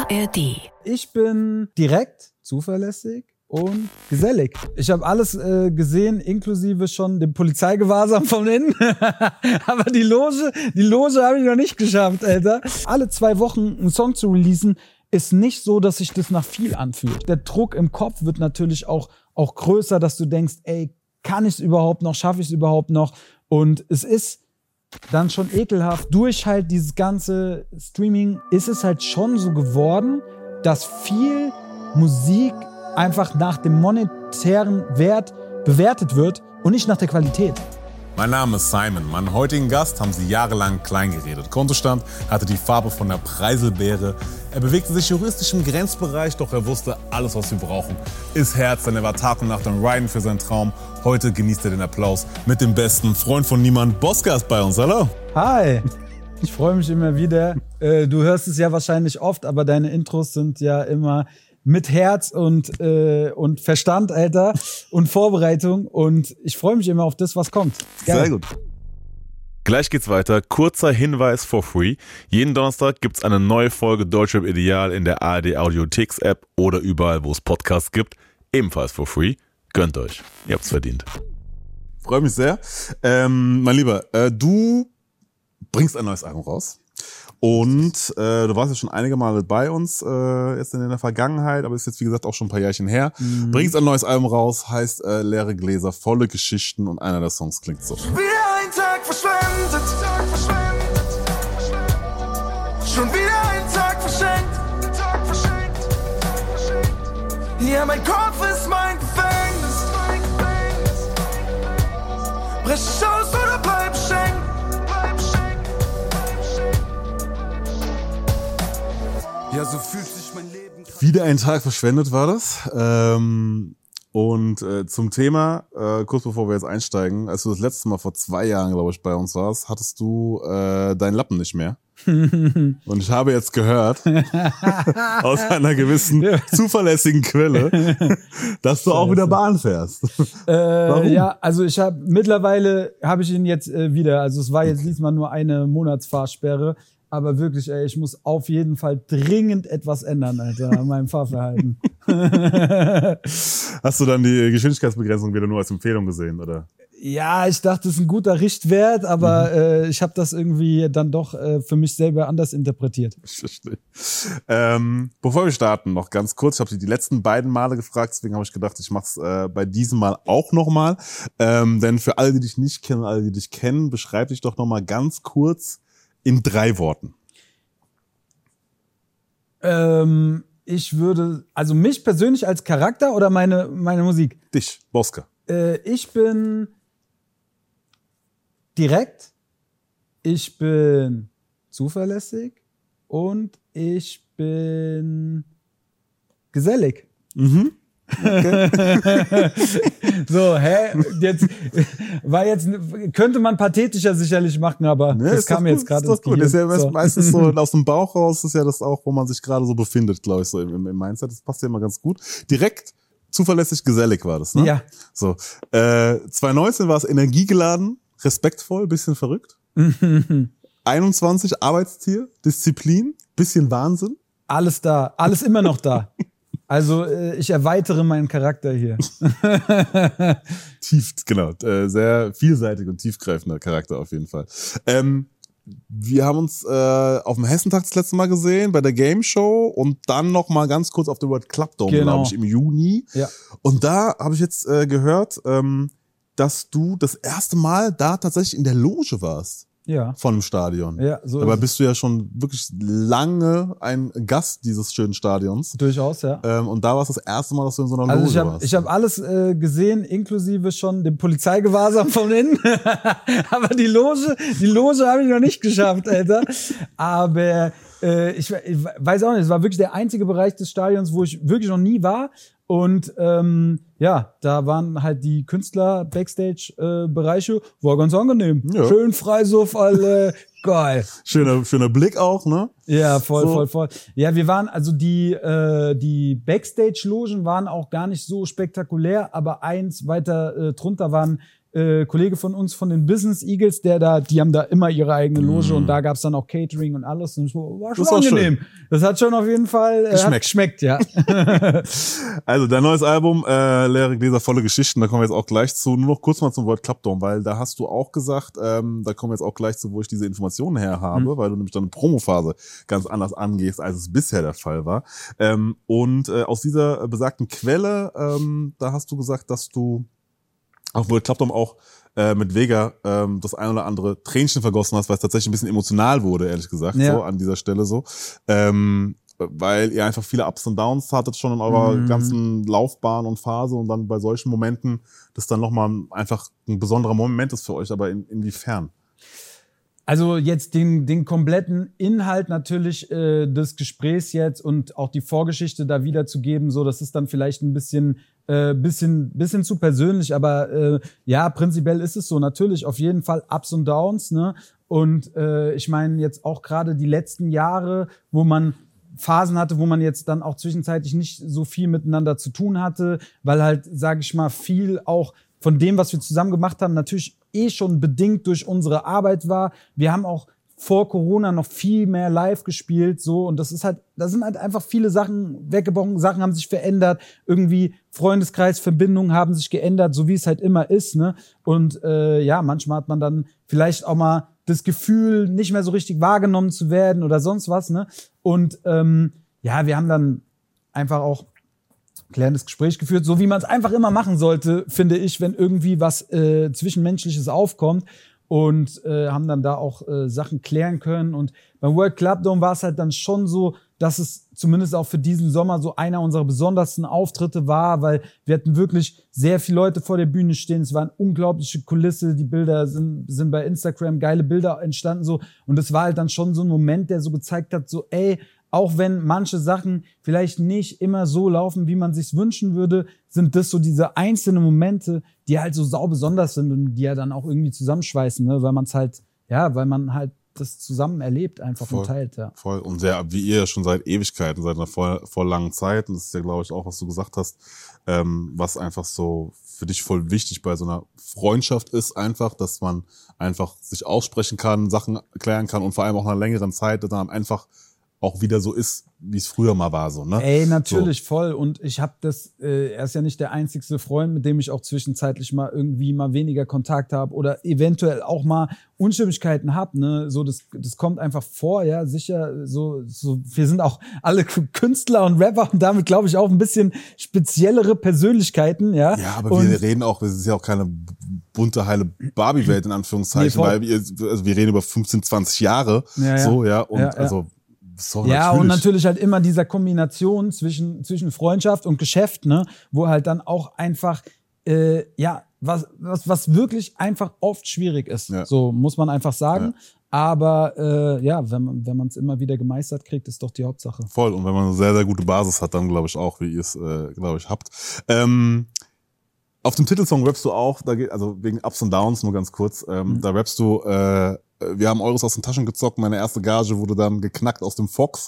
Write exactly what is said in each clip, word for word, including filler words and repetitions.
A R D. Ich bin direkt, zuverlässig und gesellig. Ich habe alles äh, gesehen, inklusive schon dem Polizeigewahrsam von innen. Aber die Loge, die Loge habe ich noch nicht geschafft, Alter. Alle zwei Wochen einen Song zu releasen, ist nicht so, dass sich das nach viel anfühlt. Der Druck im Kopf wird natürlich auch, auch größer, dass du denkst, ey, kann ich es überhaupt noch, schaffe ich es überhaupt noch? Und es ist dann schon ekelhaft. Durch halt dieses ganze Streaming ist es halt schon so geworden, dass viel Musik einfach nach dem monetären Wert bewertet wird und nicht nach der Qualität. Mein Name ist Simon. Meinen heutigen Gast haben sie jahrelang klein geredet. Kontostand hatte die Farbe von der Preiselbeere. Er bewegte sich juristisch im Grenzbereich, doch er wusste, alles, was wir brauchen, ist Herz, denn er war Tag und Nacht am Riden für seinen Traum. Heute genießt er den Applaus mit dem besten Freund von niemand, Bosca ist bei uns. Hallo. Hi. Ich freue mich immer wieder. Du hörst es ja wahrscheinlich oft, aber deine Intros sind ja immer mit Herz und äh, und Verstand, Alter, und Vorbereitung. Und ich freue mich immer auf das, was kommt. Geil. Sehr gut. Gleich geht's weiter. Kurzer Hinweis for free. Jeden Donnerstag gibt's eine neue Folge Deutschrap Ideal in der A R D Audiotheks App oder überall, wo es Podcasts gibt. Ebenfalls for free. Gönnt euch. Ihr habt's verdient. Freue mich sehr. Ähm, mein Lieber, äh, du bringst ein neues Album raus. Und äh, du warst ja schon einige Male bei uns äh, jetzt in der Vergangenheit, aber ist jetzt wie gesagt auch schon ein paar Jährchen her. Mhm. Bringst ein neues Album raus, heißt äh, Leere Gläser, volle Geschichten und einer der Songs klingt so. Wieder ein Tag verschwendet, Tag verschwendet. Schon wieder ein Tag verschenkt, Tag verschenkt. Ja, mein Kopf ist mein Gefängnis. Brech ich aus oder bleib schenkt. Ja, so fühlt sich mein Leben. Wieder ein Tag verschwendet war das. Ähm, und äh, zum Thema, äh, kurz bevor wir jetzt einsteigen, als du das letzte Mal vor zwei Jahren, glaube ich, bei uns warst, hattest du äh, deinen Lappen nicht mehr. Und ich habe jetzt gehört, aus einer gewissen zuverlässigen Quelle, dass du auch wieder Bahn fährst. Äh, Warum? Ja, also ich habe mittlerweile habe ich ihn jetzt äh, wieder. Also es war jetzt diesmal nur eine Monatsfahrsperre. Aber wirklich, ey, ich muss auf jeden Fall dringend etwas ändern, Alter, an meinem Fahrverhalten. Hast du dann die Geschwindigkeitsbegrenzung wieder nur als Empfehlung gesehen, oder? Ja, ich dachte, das ist ein guter Richtwert, aber mhm. äh, ich habe das irgendwie dann doch äh, für mich selber anders interpretiert. Ich verstehe. Ähm, bevor wir starten, noch ganz kurz. Ich habe sie die letzten beiden Male gefragt, deswegen habe ich gedacht, ich mache es äh, bei diesem Mal auch nochmal. Ähm, denn für alle, die dich nicht kennen, alle, die dich kennen, beschreib dich doch nochmal ganz kurz in drei Worten. Ähm, ich würde, also mich persönlich als Charakter oder meine, meine Musik? Dich, Bosca. Äh, ich bin direkt, ich bin zuverlässig und ich bin gesellig. Mhm. Okay. So, hä? Jetzt war jetzt könnte man pathetischer sicherlich machen, aber ne, das kam jetzt gerade ins Gehirn. Das ist ja so. meistens so aus dem Bauch raus, ist ja das auch, wo man sich gerade so befindet, glaube ich, so im, im Mindset. Das passt ja immer ganz gut. Direkt, zuverlässig, gesellig war das, ne? Ja. So, äh, zwanzig neunzehn war es energiegeladen, respektvoll, bisschen verrückt. einundzwanzig Arbeitstier, Disziplin, bisschen Wahnsinn. Alles da, alles immer noch da. Also äh, ich erweitere meinen Charakter hier. Tief, genau, äh, sehr vielseitig und tiefgreifender Charakter auf jeden Fall. Ähm, wir haben uns äh, auf dem Hessentag das letzte Mal gesehen, bei der Game Show und dann noch mal ganz kurz auf der World Club Dome, genau. glaube ich, im Juni. Ja. Und da habe ich jetzt äh, gehört, ähm, dass du das erste Mal da tatsächlich in der Loge warst. Ja. Von dem Stadion. Ja, so Dabei ist bist du ja schon wirklich lange ein Gast dieses schönen Stadions. Durchaus, ja. Ähm, und da war es das erste Mal, dass du in so einer also Loge ich hab, warst. Ich habe alles äh, gesehen, inklusive schon dem Polizeigewahrsam von innen. Aber die Loge, die Loge habe ich noch nicht geschafft, Alter. Aber äh, ich, ich weiß auch nicht, es war wirklich der einzige Bereich des Stadions, wo ich wirklich noch nie war. Und ähm, ja, da waren halt die Künstler Backstage-Bereiche, war ganz angenehm. Ja. Schön Freisuff, alle, geil. Schöner, schöner Blick auch, ne? Ja, voll, so. voll, voll. Ja, wir waren, also die äh, die Backstage-Logen waren auch gar nicht so spektakulär, aber eins weiter äh, drunter waren äh, Kollege von uns von den Business Eagles, der da, die haben da immer ihre eigene Loge Mm. und da gab's dann auch Catering und alles und so, war schon Das war angenehm. Das hat schon auf jeden Fall äh, Geschmeckt. hat geschmeckt, ja. Also dein neues Album, äh, Leere Gläser, volle Geschichten, da kommen wir jetzt auch gleich zu. Nur noch kurz mal zum Wort Club Dome, weil da hast du auch gesagt, ähm, da kommen wir jetzt auch gleich zu, wo ich diese Informationen her habe, Mhm. weil du nämlich deine Promophase ganz anders angehst, als es bisher der Fall war. Ähm, und äh, aus dieser besagten Quelle, ähm, da hast du gesagt, dass du auf World Club Dome auch äh, mit Vega ähm, das ein oder andere Tränchen vergossen hast, weil es tatsächlich ein bisschen emotional wurde, ehrlich gesagt, Ja. so an dieser Stelle so. Ähm, weil ihr einfach viele Ups und Downs hattet schon in eurer Mhm. ganzen Laufbahn und Phase und dann bei solchen Momenten das dann nochmal einfach ein besonderer Moment ist für euch, aber in, inwiefern? Also jetzt den, den kompletten Inhalt natürlich äh, des Gesprächs jetzt und auch die Vorgeschichte da wiederzugeben, so, das ist dann vielleicht ein bisschen, äh, bisschen, bisschen zu persönlich, aber äh, ja, prinzipiell ist es so, natürlich auf jeden Fall Ups und Downs, ne? Und äh, ich meine jetzt auch gerade die letzten Jahre, wo man Phasen hatte, wo man jetzt dann auch zwischenzeitlich nicht so viel miteinander zu tun hatte, weil halt, sage ich mal, viel auch von dem, was wir zusammen gemacht haben, natürlich eh schon bedingt durch unsere Arbeit war. Wir haben auch vor Corona noch viel mehr live gespielt, so, und das ist halt, da sind halt einfach viele Sachen weggebrochen, Sachen haben sich verändert, irgendwie Freundeskreis, Verbindungen haben sich geändert, so wie es halt immer ist, ne? Und äh, ja, manchmal hat man dann vielleicht auch mal das Gefühl, nicht mehr so richtig wahrgenommen zu werden oder sonst was, ne? Und ähm, ja, wir haben dann einfach auch klärendes Gespräch geführt, so wie man es einfach immer machen sollte, finde ich, wenn irgendwie was äh, Zwischenmenschliches aufkommt, und äh, haben dann da auch äh, Sachen klären können. Und beim World Club Dome war es halt dann schon so, dass es zumindest auch für diesen Sommer so einer unserer besondersten Auftritte war, weil wir hatten wirklich sehr viele Leute vor der Bühne stehen. Es war eine unglaubliche Kulisse. Die Bilder sind, sind bei Instagram, geile Bilder entstanden so. Und es war halt dann schon so ein Moment, der so gezeigt hat, so ey, auch wenn manche Sachen vielleicht nicht immer so laufen, wie man sich's wünschen würde, sind das so diese einzelnen Momente, die halt so sau besonders sind und die ja dann auch irgendwie zusammenschweißen, ne? Weil man es halt, ja, weil man halt das zusammen erlebt einfach Voll. und teilt, ja. Voll. Und sehr, wie ihr schon seit Ewigkeiten, seit einer voll, voll langen Zeit, und das ist ja, glaube ich, auch, was du gesagt hast, ähm, was einfach so für dich voll wichtig bei so einer Freundschaft ist, einfach, dass man einfach sich aussprechen kann, Sachen klären kann und vor allem auch nach einer längeren Zeit dann einfach auch wieder so ist, wie es früher mal war, so, ne? Ey, natürlich, so. Voll. Und ich habe das, äh, er ist ja nicht der einzigste Freund, mit dem ich auch zwischenzeitlich mal irgendwie mal weniger Kontakt habe oder eventuell auch mal Unstimmigkeiten habe, ne? So, das, das kommt einfach vor, ja, sicher. So, so, wir sind auch alle Künstler und Rapper und damit, glaube ich, auch ein bisschen speziellere Persönlichkeiten, ja. Ja, aber und wir reden auch, es ist ja auch keine bunte, heile Barbie-Welt in Anführungszeichen, nee, weil wir, also wir reden über fünfzehn, zwanzig Jahre, ja, ja. so, ja, und ja, ja. also, so, ja, natürlich. und natürlich halt immer dieser Kombination zwischen, zwischen Freundschaft und Geschäft, ne, wo halt dann auch einfach, äh, ja, was, was, was wirklich einfach oft schwierig ist. Ja. So muss man einfach sagen. Ja. Aber äh, ja, wenn man wenn man es immer wieder gemeistert kriegt, ist doch die Hauptsache. Voll. Und wenn man eine sehr, sehr gute Basis hat, dann glaube ich auch, wie ihr es, äh, glaube ich, habt. Ähm, auf dem Titelsong rappst du auch, da geht, also wegen Ups und Downs, nur ganz kurz, ähm, Mhm. da rappst du, äh, wir haben Euros aus den Taschen gezockt, meine erste Gage wurde dann geknackt aus dem Fox.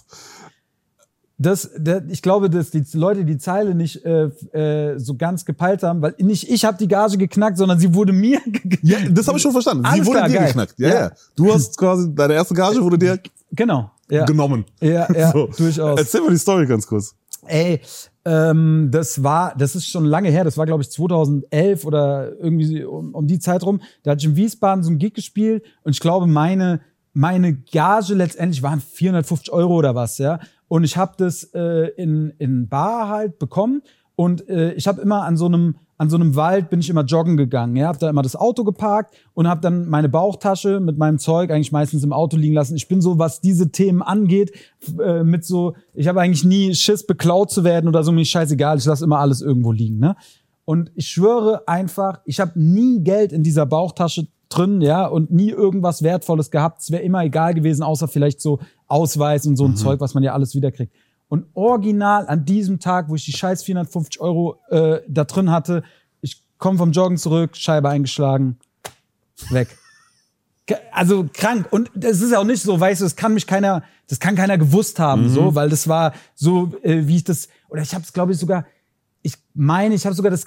Das, der, ich glaube, dass die Leute die Zeile nicht äh, äh, so ganz gepeilt haben, weil nicht ich habe die Gage geknackt, sondern sie wurde mir geknackt. Ja, das habe ich schon verstanden. Sie Alles wurde klar, dir geil. geknackt. Ja, Ja. ja. Du hast quasi, deine erste Gage wurde dir Genau. Ja, genommen. ja, ja So. durchaus. Erzähl mal die Story ganz kurz. Ey, ähm, das war, das ist schon lange her, das war glaube ich zweitausendelf oder irgendwie um, um die Zeit rum. Da hatte ich in Wiesbaden so einen Gig gespielt und ich glaube, meine meine Gage letztendlich waren vierhundertfünfzig Euro oder was, ja. Und ich habe das äh, in in Bar halt bekommen und äh, ich habe immer an so einem an so einem Wald bin ich immer joggen gegangen, ja, hab da immer das Auto geparkt und habe dann meine Bauchtasche mit meinem Zeug eigentlich meistens im Auto liegen lassen. Ich bin so, was diese Themen angeht, äh, mit so, ich habe eigentlich nie Schiss, beklaut zu werden oder so, mir ist scheißegal, ich lasse immer alles irgendwo liegen, ne? Und ich schwöre einfach, ich habe nie Geld in dieser Bauchtasche drin, ja, und nie irgendwas Wertvolles gehabt. Es wäre immer egal gewesen, außer vielleicht so Ausweis und so ein Mhm. Zeug, was man ja alles wiederkriegt. Und original an diesem Tag, wo ich die scheiß vierhundertfünfzig Euro äh, da drin hatte, ich komme vom Joggen zurück, Scheibe eingeschlagen, weg. Ke- Also krank. Und das ist auch nicht so, weißt du, das kann mich keiner, das kann keiner gewusst haben, Mhm. so, weil das war so, äh, wie ich das, oder ich habe es, glaube ich, sogar, ich meine, ich habe sogar das Geld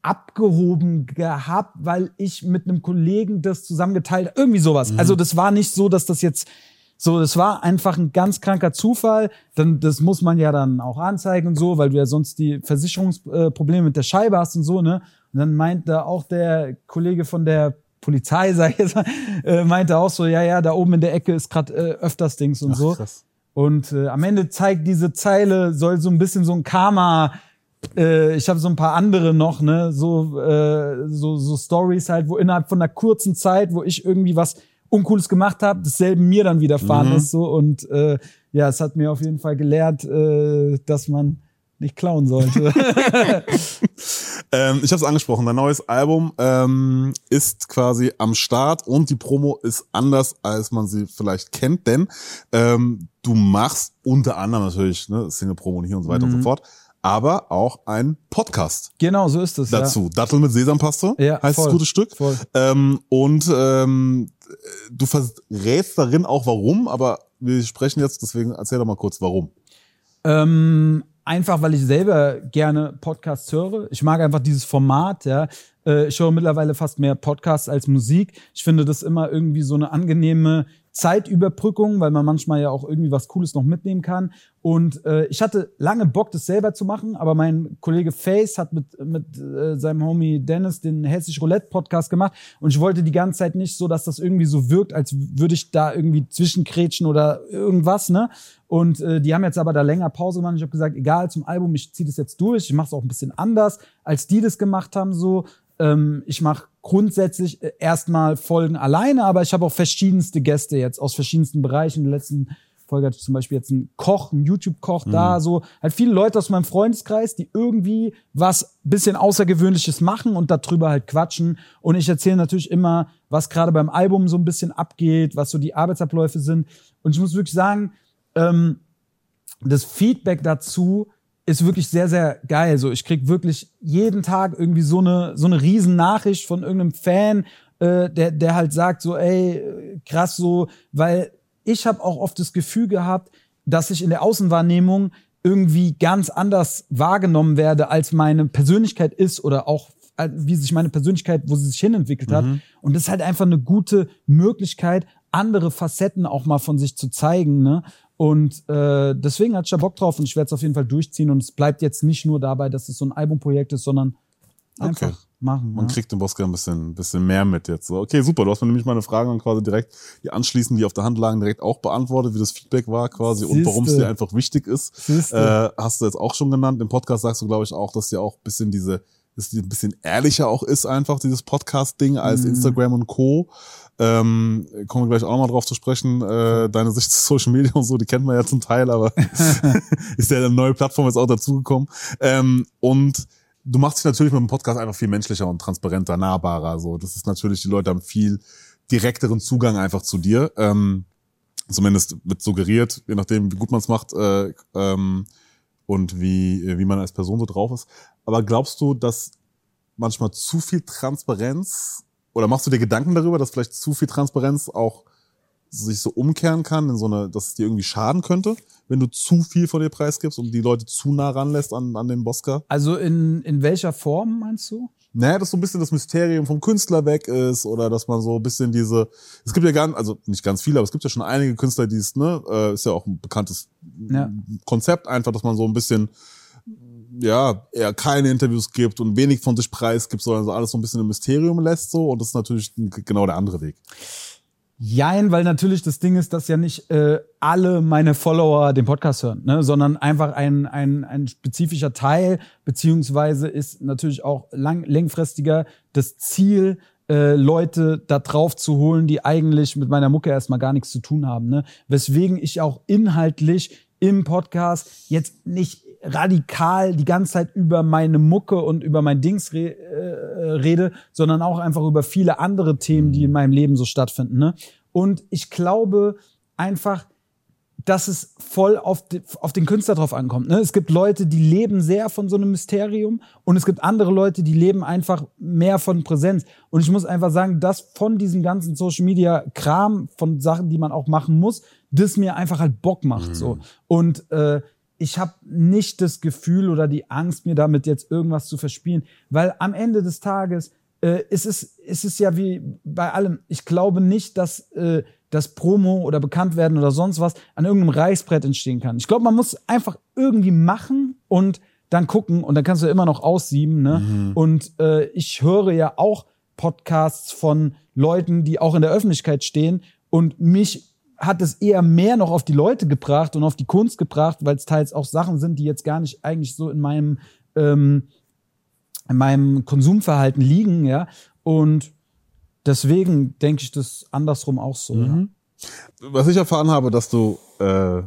abgehoben gehabt, weil ich mit einem Kollegen das zusammengeteilt habe. Irgendwie sowas. Mhm. Also das war nicht so, dass das jetzt so, das war einfach ein ganz kranker Zufall. Dann, das muss man ja dann auch anzeigen und so, weil du ja sonst die Versicherungsprobleme mit der Scheibe hast und so, ne? Und dann meinte auch der Kollege von der Polizei, sag ich jetzt mal, äh, meinte auch so, ja, ja, da oben in der Ecke ist gerade äh, öfters Dings und Ach, so. Krass. Und äh, am Ende zeigt diese Zeile, soll so ein bisschen so ein Karma. Äh, ich habe so ein paar andere noch, ne, so äh, so so Stories halt, wo innerhalb von einer kurzen Zeit, wo ich irgendwie was Uncooles gemacht habe, dasselbe mir dann widerfahren mhm. ist so und äh, ja, es hat mir auf jeden Fall gelehrt, äh, dass man nicht klauen sollte. ähm, ich habe es angesprochen, dein neues Album ähm, ist quasi am Start und die Promo ist anders, als man sie vielleicht kennt, denn ähm, du machst unter anderem natürlich ne, Single-Promo und hier und so weiter mhm. und so fort, aber auch ein Podcast. Genau, so ist es. Dazu. Ja. Dattel mit Sesampaste ja, heißt voll, das gute Stück. Voll. Ähm, und ähm, du verrätst darin auch warum, aber wir sprechen jetzt, deswegen erzähl doch mal kurz, warum. Ähm, einfach, weil ich selber gerne Podcasts höre. Ich mag einfach dieses Format, ja. Ich höre mittlerweile fast mehr Podcasts als Musik. Ich finde das immer irgendwie so eine angenehme Zeitüberbrückung, weil man manchmal ja auch irgendwie was Cooles noch mitnehmen kann. Und äh, ich hatte lange Bock, das selber zu machen, aber mein Kollege Face hat mit mit äh, seinem Homie Dennis den Hessisch Roulette Podcast gemacht und ich wollte die ganze Zeit nicht so, dass das irgendwie so wirkt, als würde ich da irgendwie zwischenkrätschen oder irgendwas, ne? Und äh, die haben jetzt aber da länger Pause gemacht. Ich habe gesagt, egal, zum Album, ich ziehe das jetzt durch. Ich mache es auch ein bisschen anders, als die das gemacht haben, so. Ähm, ich mache grundsätzlich erstmal Folgen alleine, aber ich habe auch verschiedenste Gäste jetzt aus verschiedensten Bereichen. In der letzten Folge hatte ich zum Beispiel jetzt einen Koch, einen YouTube-Koch mhm. da, so halt viele Leute aus meinem Freundeskreis, die irgendwie was bisschen Außergewöhnliches machen und darüber halt quatschen. Und ich erzähle natürlich immer, was gerade beim Album so ein bisschen abgeht, was so die Arbeitsabläufe sind. Und ich muss wirklich sagen, ähm, das Feedback dazu ist wirklich sehr, sehr geil. So, ich krieg wirklich jeden Tag irgendwie so eine so eine riesen Nachricht von irgendeinem Fan, äh, der der halt sagt so, ey, krass so, weil ich habe auch oft das Gefühl gehabt, dass ich in der Außenwahrnehmung irgendwie ganz anders wahrgenommen werde, als meine Persönlichkeit ist oder auch wie sich meine Persönlichkeit, wo sie sich hinentwickelt hat. Mhm. Und das ist halt einfach eine gute Möglichkeit, andere Facetten auch mal von sich zu zeigen, ne? Und äh, deswegen hatte ich da Bock drauf und ich werde es auf jeden Fall durchziehen. Und es bleibt jetzt nicht nur dabei, dass es so ein Albumprojekt ist, sondern einfach okay. machen. Man ja. kriegt den Bosca ein bisschen, bisschen mehr mit jetzt. Okay, super. Du hast mir nämlich meine Fragen dann quasi direkt, die anschließend, die auf der Hand lagen, direkt auch beantwortet, wie das Feedback war quasi Siehste. Und warum es dir einfach wichtig ist. Äh, hast du jetzt auch schon genannt. Im Podcast sagst du, glaube ich, auch, dass dir auch ein bisschen diese, dass die ein bisschen ehrlicher auch ist einfach, dieses Podcast-Ding als mhm. Instagram und Co. Ähm, kommen wir gleich auch nochmal drauf zu sprechen. Äh, deine Sicht zu Social Media und so, die kennt man ja zum Teil, aber ist ja eine neue Plattform jetzt auch dazugekommen. Ähm, und du machst dich natürlich mit dem Podcast einfach viel menschlicher und transparenter, nahbarer. So, das ist natürlich, die Leute haben viel direkteren Zugang einfach zu dir. Ähm, zumindest wird suggeriert, je nachdem, wie gut man es macht äh, ähm, und wie wie man als Person so drauf ist. Aber glaubst du, dass manchmal zu viel Transparenz oder machst du dir Gedanken darüber, dass vielleicht zu viel Transparenz auch sich so umkehren kann, in so eine, dass es dir irgendwie schaden könnte, wenn du zu viel von dir preisgibst und die Leute zu nah ranlässt an, an den Bosca? Also in, in welcher Form meinst du? Naja, dass so ein bisschen das Mysterium vom Künstler weg ist oder dass man so ein bisschen diese, es gibt ja gar, also nicht ganz viele, aber es gibt ja schon einige Künstler, die es, ne, äh, ist ja auch ein bekanntes ja. Konzept einfach, dass man so ein bisschen ja, eher keine Interviews gibt und wenig von sich preisgibt, sondern so alles so ein bisschen im Mysterium lässt so und das ist natürlich genau der andere Weg. Jein, weil natürlich das Ding ist, dass ja nicht äh, alle meine Follower den Podcast hören, ne, sondern einfach ein ein ein spezifischer Teil, beziehungsweise ist natürlich auch lang langfristiger das Ziel, äh, Leute da drauf zu holen, die eigentlich mit meiner Mucke erstmal gar nichts zu tun haben, ne, weswegen ich auch inhaltlich im Podcast jetzt nicht radikal die ganze Zeit über meine Mucke und über mein Dings re- äh, rede, sondern auch einfach über viele andere Themen, die in meinem Leben so stattfinden, ne? Und ich glaube einfach, dass es voll auf, die, auf den Künstler drauf ankommt, ne? Es gibt Leute, die leben sehr von so einem Mysterium und es gibt andere Leute, die leben einfach mehr von Präsenz. Und ich muss einfach sagen, dass von diesem ganzen Social-Media-Kram, von Sachen, die man auch machen muss, das mir einfach halt Bock macht, mhm. so. Und äh, ich habe nicht das Gefühl oder die Angst, mir damit jetzt irgendwas zu verspielen, weil am Ende des Tages äh, ist es, ist es ja wie bei allem. Ich glaube nicht, dass äh, das Promo oder bekannt werden oder sonst was an irgendeinem Reißbrett entstehen kann. Ich glaube, man muss einfach irgendwie machen und dann gucken und dann kannst du immer noch aussieben. Ne? Mhm. Und äh, ich höre ja auch Podcasts von Leuten, die auch in der Öffentlichkeit stehen und mich hat es eher mehr noch auf die Leute gebracht und auf die Kunst gebracht, weil es teils auch Sachen sind, die jetzt gar nicht eigentlich so in meinem ähm, in meinem Konsumverhalten liegen, ja. Und deswegen denke ich das andersrum auch so. Mhm. Ja. Was ich erfahren habe, dass du äh,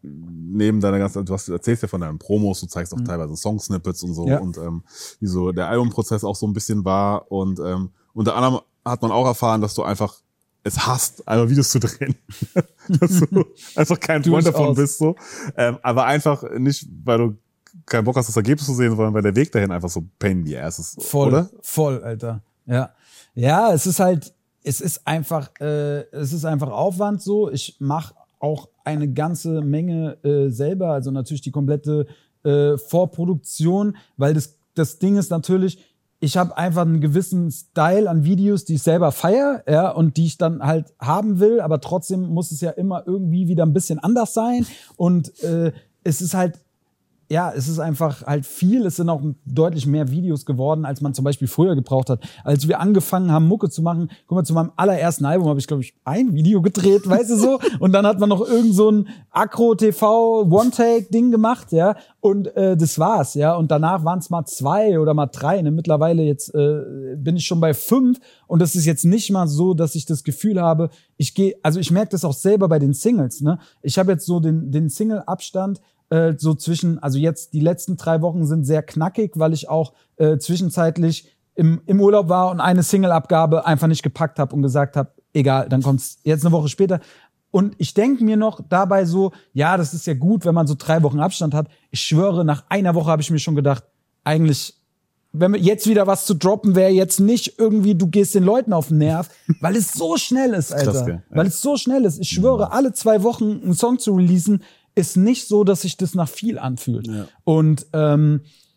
neben deiner ganzen, was du erzählst ja von deinen Promos, du zeigst auch mhm. teilweise Song-Snippets und so ja. und ähm, wie so der Albumprozess auch so ein bisschen war und ähm, unter anderem hat man auch erfahren, dass du einfach es hasst, einfach Videos zu drehen. Dass du einfach kein Freund davon aus. bist, so. Ähm, aber einfach nicht, weil du keinen Bock hast, das Ergebnis zu sehen, sondern weil der Weg dahin einfach so pain in the ass ist. Voll, oder? Voll, Alter. Ja. Ja, es ist halt, es ist einfach, äh, es ist einfach Aufwand so. Ich mache auch eine ganze Menge äh, selber, also natürlich die komplette äh, Vorproduktion, weil das, das Ding ist natürlich, ich habe einfach einen gewissen Style an Videos, die ich selber feiere, ja, und die ich dann halt haben will, aber trotzdem muss es ja immer irgendwie wieder ein bisschen anders sein und äh, es ist halt, ja, es ist einfach halt viel, es sind auch deutlich mehr Videos geworden, als man zum Beispiel früher gebraucht hat. Als wir angefangen haben, Mucke zu machen, guck mal, zu meinem allerersten Album habe ich, glaube ich, ein Video gedreht, weißt du so, und dann hat man noch irgend so ein Akro-T V One-Take-Ding gemacht, ja, und äh, das war's, ja, und danach waren es mal zwei oder mal drei, ne? Mittlerweile jetzt äh, bin ich schon bei fünf und das ist jetzt nicht mal so, dass ich das Gefühl habe, ich gehe, also ich merke das auch selber bei den Singles, ne, ich habe jetzt so den, den Single-Abstand äh, so zwischen, also jetzt die letzten drei Wochen sind sehr knackig, weil ich auch äh, zwischenzeitlich im, im Urlaub war und eine Single-Abgabe einfach nicht gepackt habe und gesagt habe, egal, dann kommt's jetzt eine Woche später. Und ich denke mir noch dabei so, ja, das ist ja gut, wenn man so drei Wochen Abstand hat. Ich schwöre, nach einer Woche habe ich mir schon gedacht, eigentlich, wenn wir jetzt wieder was zu droppen, wäre jetzt nicht irgendwie, du gehst den Leuten auf den Nerv, weil es so schnell ist, Alter. Krass, ja. Weil es so schnell ist. Ich schwöre, alle zwei Wochen einen Song zu releasen, ist nicht so, dass sich das nach viel anfühlt. Ja. Und ähm,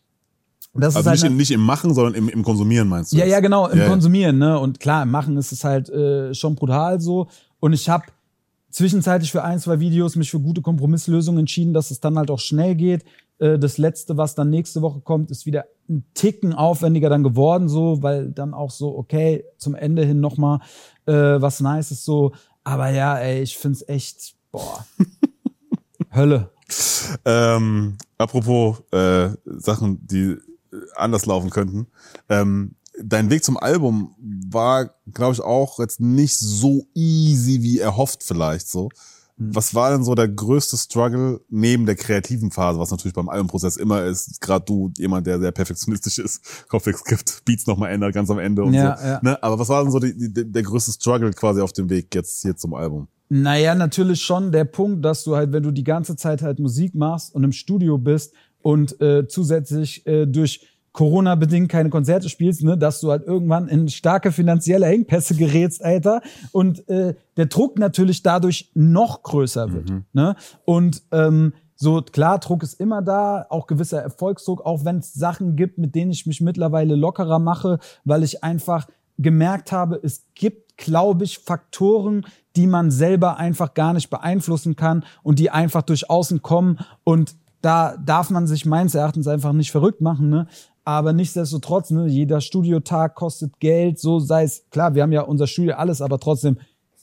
das also ist nicht, halt im, nicht im Machen, sondern im, im Konsumieren, meinst du? Ja, das? ja, genau, im ja, Konsumieren, ne? Und klar, im Machen ist es halt äh, schon brutal so. Und ich habe zwischenzeitlich für ein, zwei Videos mich für gute Kompromisslösungen entschieden, dass es dann halt auch schnell geht. Äh, das letzte, was dann nächste Woche kommt, ist wieder ein Ticken aufwendiger dann geworden, so, weil dann auch so, okay, zum Ende hin nochmal äh, was Nices so. Aber ja, ey, ich find's echt, boah, Hölle. Ähm, apropos äh, Sachen, die anders laufen könnten. Ähm, dein Weg zum Album war, glaube ich, auch jetzt nicht so easy wie erhofft vielleicht so. Mhm. Was war denn so der größte Struggle neben der kreativen Phase, was natürlich beim Albumprozess immer ist, gerade du, jemand, der sehr perfektionistisch ist, Kopfweg gibt, Beats nochmal ändert, ganz am Ende und ja, so. Ja. Ne? Aber was war denn so die, die, der größte Struggle quasi auf dem Weg jetzt hier zum Album? Naja, natürlich schon der Punkt, dass du halt, wenn du die ganze Zeit halt Musik machst und im Studio bist und äh, zusätzlich äh, durch Corona-bedingt keine Konzerte spielst, ne, dass du halt irgendwann in starke finanzielle Engpässe gerätst, Alter. Und äh, der Druck natürlich dadurch noch größer wird. Mhm. Ne? Und ähm, so, klar, Druck ist immer da, auch gewisser Erfolgsdruck, auch wenn es Sachen gibt, mit denen ich mich mittlerweile lockerer mache, weil ich einfach gemerkt habe, es gibt, glaube ich, Faktoren, die man selber einfach gar nicht beeinflussen kann und die einfach durch außen kommen. Und da darf man sich meines Erachtens einfach nicht verrückt machen, ne? Aber nichtsdestotrotz, ne, jeder Studiotag kostet Geld, so sei es, klar, wir haben ja unser Studio alles, aber trotzdem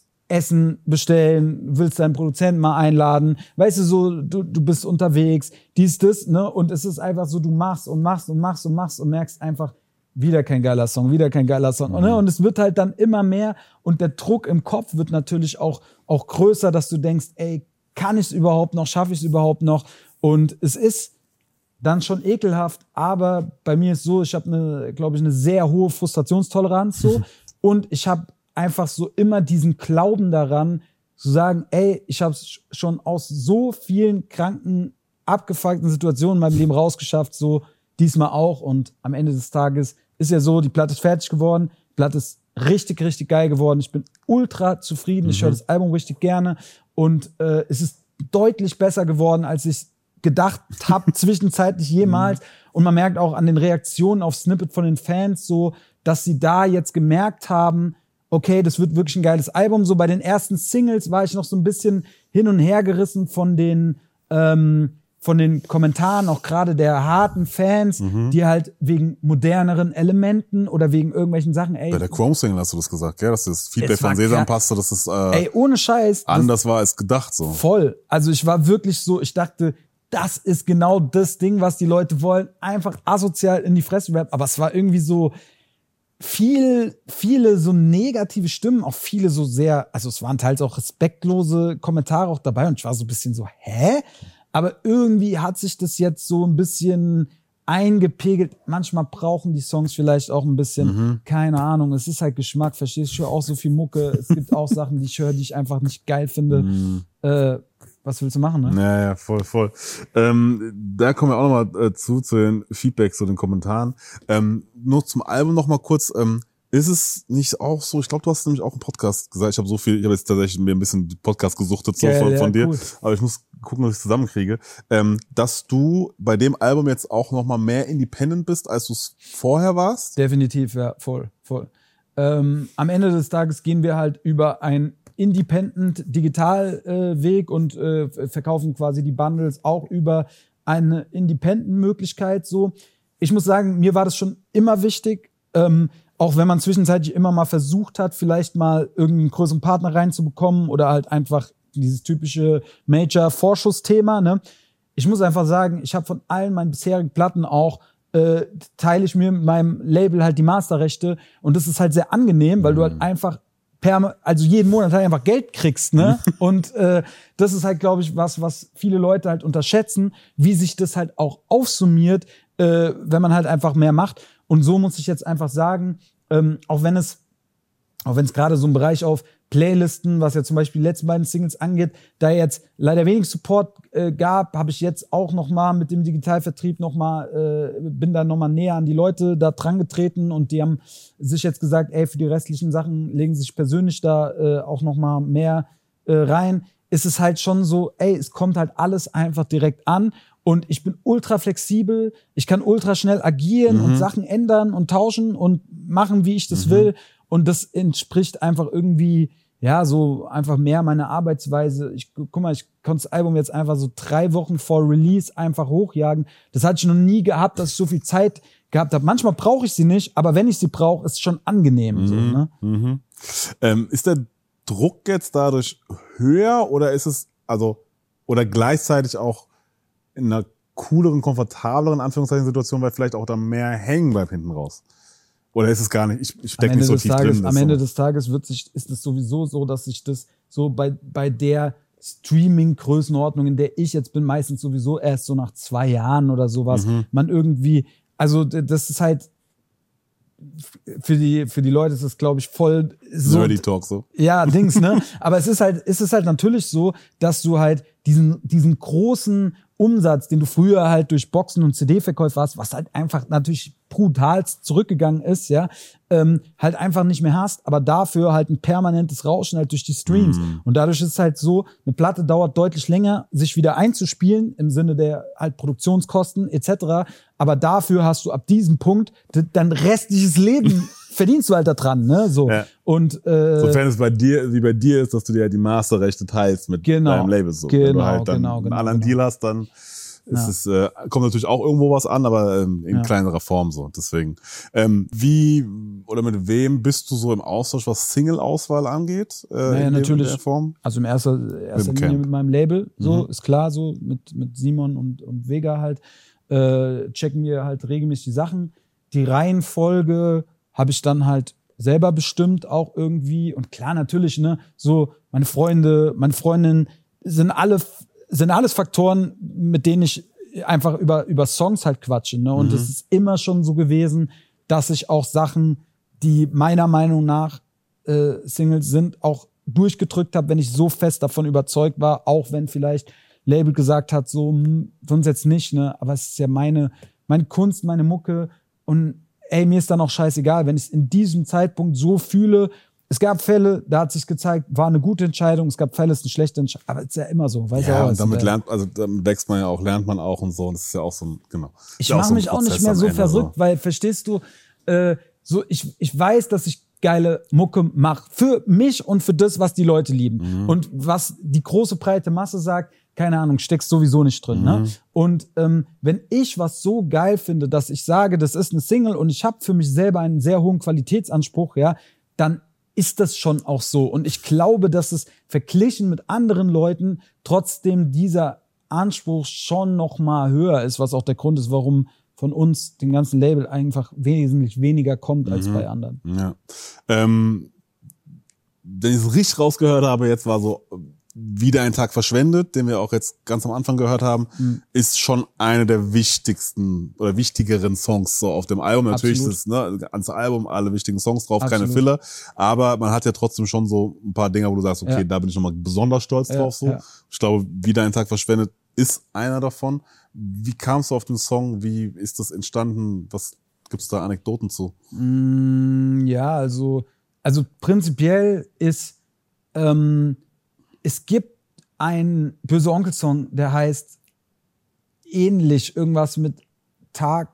Essen bestellen, willst deinen Produzenten mal einladen, weißt du, so, du, du bist unterwegs, dies, das, ne, und es ist einfach so, du machst und machst und machst und machst und merkst einfach, wieder kein geiler Song, wieder kein geiler Song, mhm. ne, und es wird halt dann immer mehr und der Druck im Kopf wird natürlich auch, auch größer, dass du denkst, ey, kann ich es überhaupt noch, schaffe ich es überhaupt noch, und es ist dann schon ekelhaft, aber bei mir ist so, ich habe eine, glaube ich, eine sehr hohe Frustrationstoleranz so und ich habe einfach so immer diesen Glauben daran, zu sagen, ey, ich habe es schon aus so vielen kranken, abgefuckten Situationen in meinem Leben rausgeschafft, so diesmal auch, und am Ende des Tages ist ja so, die Platte ist fertig geworden, die Platte ist richtig, richtig geil geworden, ich bin ultra zufrieden, mhm. ich höre das Album richtig gerne und äh, es ist deutlich besser geworden, als ich gedacht habe, zwischenzeitlich jemals. Und man merkt auch an den Reaktionen auf Snippet von den Fans so, dass sie da jetzt gemerkt haben, okay, das wird wirklich ein geiles Album. So bei den ersten Singles war ich noch so ein bisschen hin und her gerissen von den ähm, von den Kommentaren, auch gerade der harten Fans, mhm. die halt wegen moderneren Elementen oder wegen irgendwelchen Sachen, ey. Bei der Chrome-Single hast du das gesagt, gell? Dass das Feedback von Sesampaste, dass es äh, ey, ohne Scheiß, anders war als gedacht. So voll. Also ich war wirklich so, ich dachte, das ist genau das Ding, was die Leute wollen. Einfach asozial in die Fresse rap. Aber es war irgendwie so viel, viele so negative Stimmen, auch viele so sehr, also es waren teils auch respektlose Kommentare auch dabei und ich war so ein bisschen so, hä? Aber irgendwie hat sich das jetzt so ein bisschen eingepegelt. Manchmal brauchen die Songs vielleicht auch ein bisschen, mhm. keine Ahnung, es ist halt Geschmack, verstehst du? Ich höre auch so viel Mucke. Es gibt auch Sachen, die ich höre, die ich einfach nicht geil finde. Mhm. Äh, was willst du machen, ne? Ja, ja, voll, voll. Ähm, da kommen wir auch nochmal äh, zu, zu den Feedbacks, zu den Kommentaren. Ähm, nur zum Album nochmal kurz. Ähm, ist es nicht auch so, ich glaube, du hast nämlich auch einen Podcast gesagt, ich habe so viel, ich habe jetzt tatsächlich mir ein bisschen die Podcast gesuchtet so, von, ja, von dir, cool. Aber ich muss gucken, dass ich es zusammenkriege, ähm, dass du bei dem Album jetzt auch nochmal mehr independent bist, als du es vorher warst? Definitiv, ja, voll, voll. Ähm, am Ende des Tages gehen wir halt über ein Independent Digitalweg äh, und äh, verkaufen quasi die Bundles auch über eine Independent-Möglichkeit. So, ich muss sagen, mir war das schon immer wichtig, ähm, auch wenn man zwischenzeitlich immer mal versucht hat, vielleicht mal irgendwie einen größeren Partner reinzubekommen oder halt einfach dieses typische Major-Vorschussthema. Ne? Ich muss einfach sagen, ich habe von allen meinen bisherigen Platten auch äh, teile ich mir mit meinem Label halt die Masterrechte und das ist halt sehr angenehm, weil mhm. du halt einfach per, also jeden Monat halt einfach Geld kriegst, ne? Und äh, das ist halt, glaube ich, was, was viele Leute halt unterschätzen, wie sich das halt auch aufsummiert, äh, wenn man halt einfach mehr macht. Und so muss ich jetzt einfach sagen, ähm, auch wenn es, auch wenn es gerade so im Bereich auf Playlisten, was ja zum Beispiel die letzten beiden Singles angeht, da jetzt leider wenig Support äh, gab, habe ich jetzt auch noch mal mit dem Digitalvertrieb noch mal, äh, bin da noch mal näher an die Leute da dran getreten und die haben sich jetzt gesagt, ey, für die restlichen Sachen legen sie sich persönlich da äh, auch noch mal mehr äh, rein. Ist es halt schon so, ey, es kommt halt alles einfach direkt an und ich bin ultra flexibel, ich kann ultra schnell agieren mhm. und Sachen ändern und tauschen und machen, wie ich das mhm. will und das entspricht einfach irgendwie ja, so einfach mehr meine Arbeitsweise. Ich guck mal, ich konnte das Album jetzt einfach so drei Wochen vor Release einfach hochjagen. Das hatte ich noch nie gehabt, dass ich so viel Zeit gehabt habe. Manchmal brauche ich sie nicht, aber wenn ich sie brauche, ist es schon angenehm. Mhm. So, ne? Mhm. Ähm, ist der Druck jetzt dadurch höher oder ist es, also, oder gleichzeitig auch in einer cooleren, komfortableren Anführungszeichen-Situation, weil vielleicht auch da mehr hängen bleibt hinten raus? Oder ist es gar nicht? Ich, ich stecke nicht so tief Tages, drin. Am Ende des Tages wird sich, ist es sowieso so, dass sich das so bei, bei der Streaming-Größenordnung, in der ich jetzt bin, meistens sowieso erst so nach zwei Jahren oder sowas, mhm. man irgendwie, also das ist halt, für die, für die Leute ist das, glaube ich, voll so. Nerdy Talk so. Ja, Dings, ne? Aber es ist halt, es ist halt natürlich so, dass du halt diesen, diesen großen Umsatz, den du früher halt durch Boxen und C D-Verkäufe hast, was halt einfach natürlich brutal zurückgegangen ist, ja, ähm, halt einfach nicht mehr hast, aber dafür halt ein permanentes Rauschen halt durch die Streams. Mm. Und dadurch ist es halt so, eine Platte dauert deutlich länger, sich wieder einzuspielen, im Sinne der halt Produktionskosten et cetera. Aber dafür hast du ab diesem Punkt dein restliches Leben verdienst du halt da dran, ne? So. Ja. Und äh, sofern es bei dir, wie bei dir ist, dass du dir halt die Masterrechte teilst mit genau, deinem Label. So. Genau, Wenn du halt dann genau, genau, einen anderen genau. Deal hast, dann ist ja. es, äh, kommt natürlich auch irgendwo was an, aber ähm, in ja. kleinerer Form so. Deswegen. Ähm, wie oder mit wem bist du so im Austausch, was Single-Auswahl angeht? Äh, naja, in natürlich. Der Form? Also im erster, erster Linie mit meinem Label, so, mhm. ist klar, so mit, mit Simon und, und Vega halt, äh, checken wir halt regelmäßig die Sachen. Die Reihenfolge habe ich dann halt selber bestimmt auch irgendwie. Und klar, natürlich, ne, so meine Freunde, meine Freundin sind alle, sind alles Faktoren, mit denen ich einfach über, über Songs halt quatsche, ne. Und es mhm. ist immer schon so gewesen, dass ich auch Sachen, die meiner Meinung nach äh, Singles sind, auch durchgedrückt habe, wenn ich so fest davon überzeugt war, auch wenn vielleicht Label gesagt hat, so, hm, für uns jetzt nicht, ne, aber es ist ja meine, meine Kunst, meine Mucke und ey, mir ist dann auch scheißegal, wenn ich es in diesem Zeitpunkt so fühle, Es gab Fälle, da hat sich gezeigt, war eine gute Entscheidung, es gab Fälle, es ist eine schlechte Entscheidung, aber es ist ja immer so, weiß ja, auch, und damit lernt, also damit wächst man ja auch, lernt man auch und so, und das ist ja auch so ein, genau. Ich ja mache so mich auch nicht mehr so verrückt, so. Weil, verstehst du, äh, so ich, ich weiß, dass ich geile Mucke mache für mich und für das, was die Leute lieben. Mhm. Und was die große, breite Masse sagt, keine Ahnung, steckst sowieso nicht drin. Mhm. Ne? Und ähm, wenn ich was so geil finde, dass ich sage, das ist eine Single und ich habe für mich selber einen sehr hohen Qualitätsanspruch, ja, dann ist das schon auch so. Und ich glaube, dass es verglichen mit anderen Leuten trotzdem dieser Anspruch schon noch mal höher ist, was auch der Grund ist, warum von uns, dem ganzen Label, einfach wesentlich weniger kommt als mhm. bei anderen. Ja. Ähm, wenn ich es richtig rausgehört habe, jetzt war so Wieder ein Tag verschwendet, den wir auch jetzt ganz am Anfang gehört haben, mhm. ist schon eine der wichtigsten oder wichtigeren Songs so auf dem Album. Natürlich Absolut. ist es ne, das ganze Album, alle wichtigen Songs drauf, Absolut. keine Filler. Aber man hat ja trotzdem schon so ein paar Dinge, wo du sagst, okay, ja. da bin ich nochmal besonders stolz ja, drauf. So. Ja. Ich glaube, Wieder ein Tag verschwendet ist einer davon. Wie kamst du auf den Song? Wie ist das entstanden? Was gibt's da Anekdoten zu? Mm, ja, also, also prinzipiell ist ähm, es gibt einen Böse Onkel-Song, der heißt ähnlich irgendwas mit Tag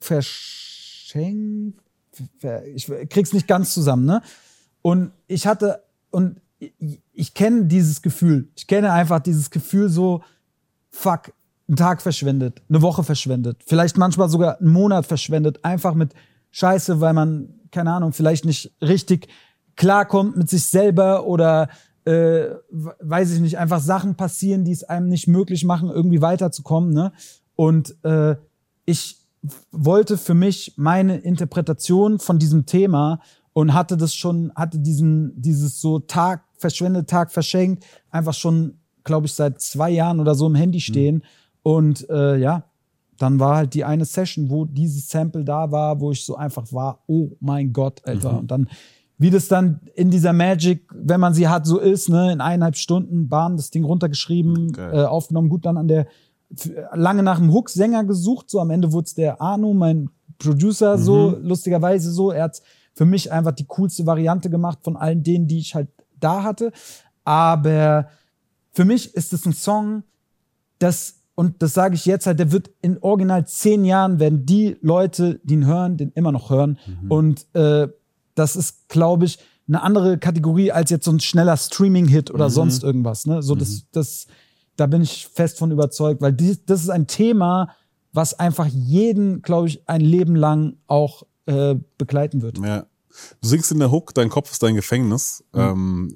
verschenkt. Ich krieg's nicht ganz zusammen, ne? Und ich hatte, und ich, ich kenne dieses Gefühl. Ich kenne einfach dieses Gefühl so, fuck, ein Tag verschwendet, eine Woche verschwendet, vielleicht manchmal sogar einen Monat verschwendet, einfach mit Scheiße, weil man, keine Ahnung, vielleicht nicht richtig klarkommt mit sich selber oder Äh, weiß ich nicht, einfach Sachen passieren, die es einem nicht möglich machen, irgendwie weiterzukommen, ne? Und äh, ich wollte für mich meine Interpretation von diesem Thema und hatte das schon, hatte diesen, dieses so Tag verschwendet, Tag verschenkt, einfach schon, glaube ich, seit zwei Jahren oder so im Handy stehen. Mhm. Und äh, ja, dann war halt die eine Session, wo dieses Sample da war, wo ich so einfach war, oh mein Gott, Alter. Mhm. Und dann wie das dann in dieser Magic, wenn man sie hat, so ist, ne, in eineinhalb Stunden, bam, das Ding runtergeschrieben, äh, aufgenommen, gut, dann an der, lange nach einem Hook-Sänger gesucht, so am Ende wurde es der Arno, mein Producer, mhm. so, lustigerweise so, er hat für mich einfach die coolste Variante gemacht von allen denen, die ich halt da hatte, aber für mich ist es ein Song, das, und das sage ich jetzt halt, der wird in original zehn Jahren, werden die Leute, die ihn hören, den immer noch hören, mhm. und äh, das ist, glaube ich, eine andere Kategorie als jetzt so ein schneller Streaming-Hit oder mhm. sonst irgendwas. Ne? So, mhm. das, das, da bin ich fest von überzeugt, weil dies, das ist ein Thema, was einfach jeden, glaube ich, ein Leben lang auch äh, begleiten wird. Ja. Du singst in der Hook, dein Kopf ist dein Gefängnis. Mhm. Ähm,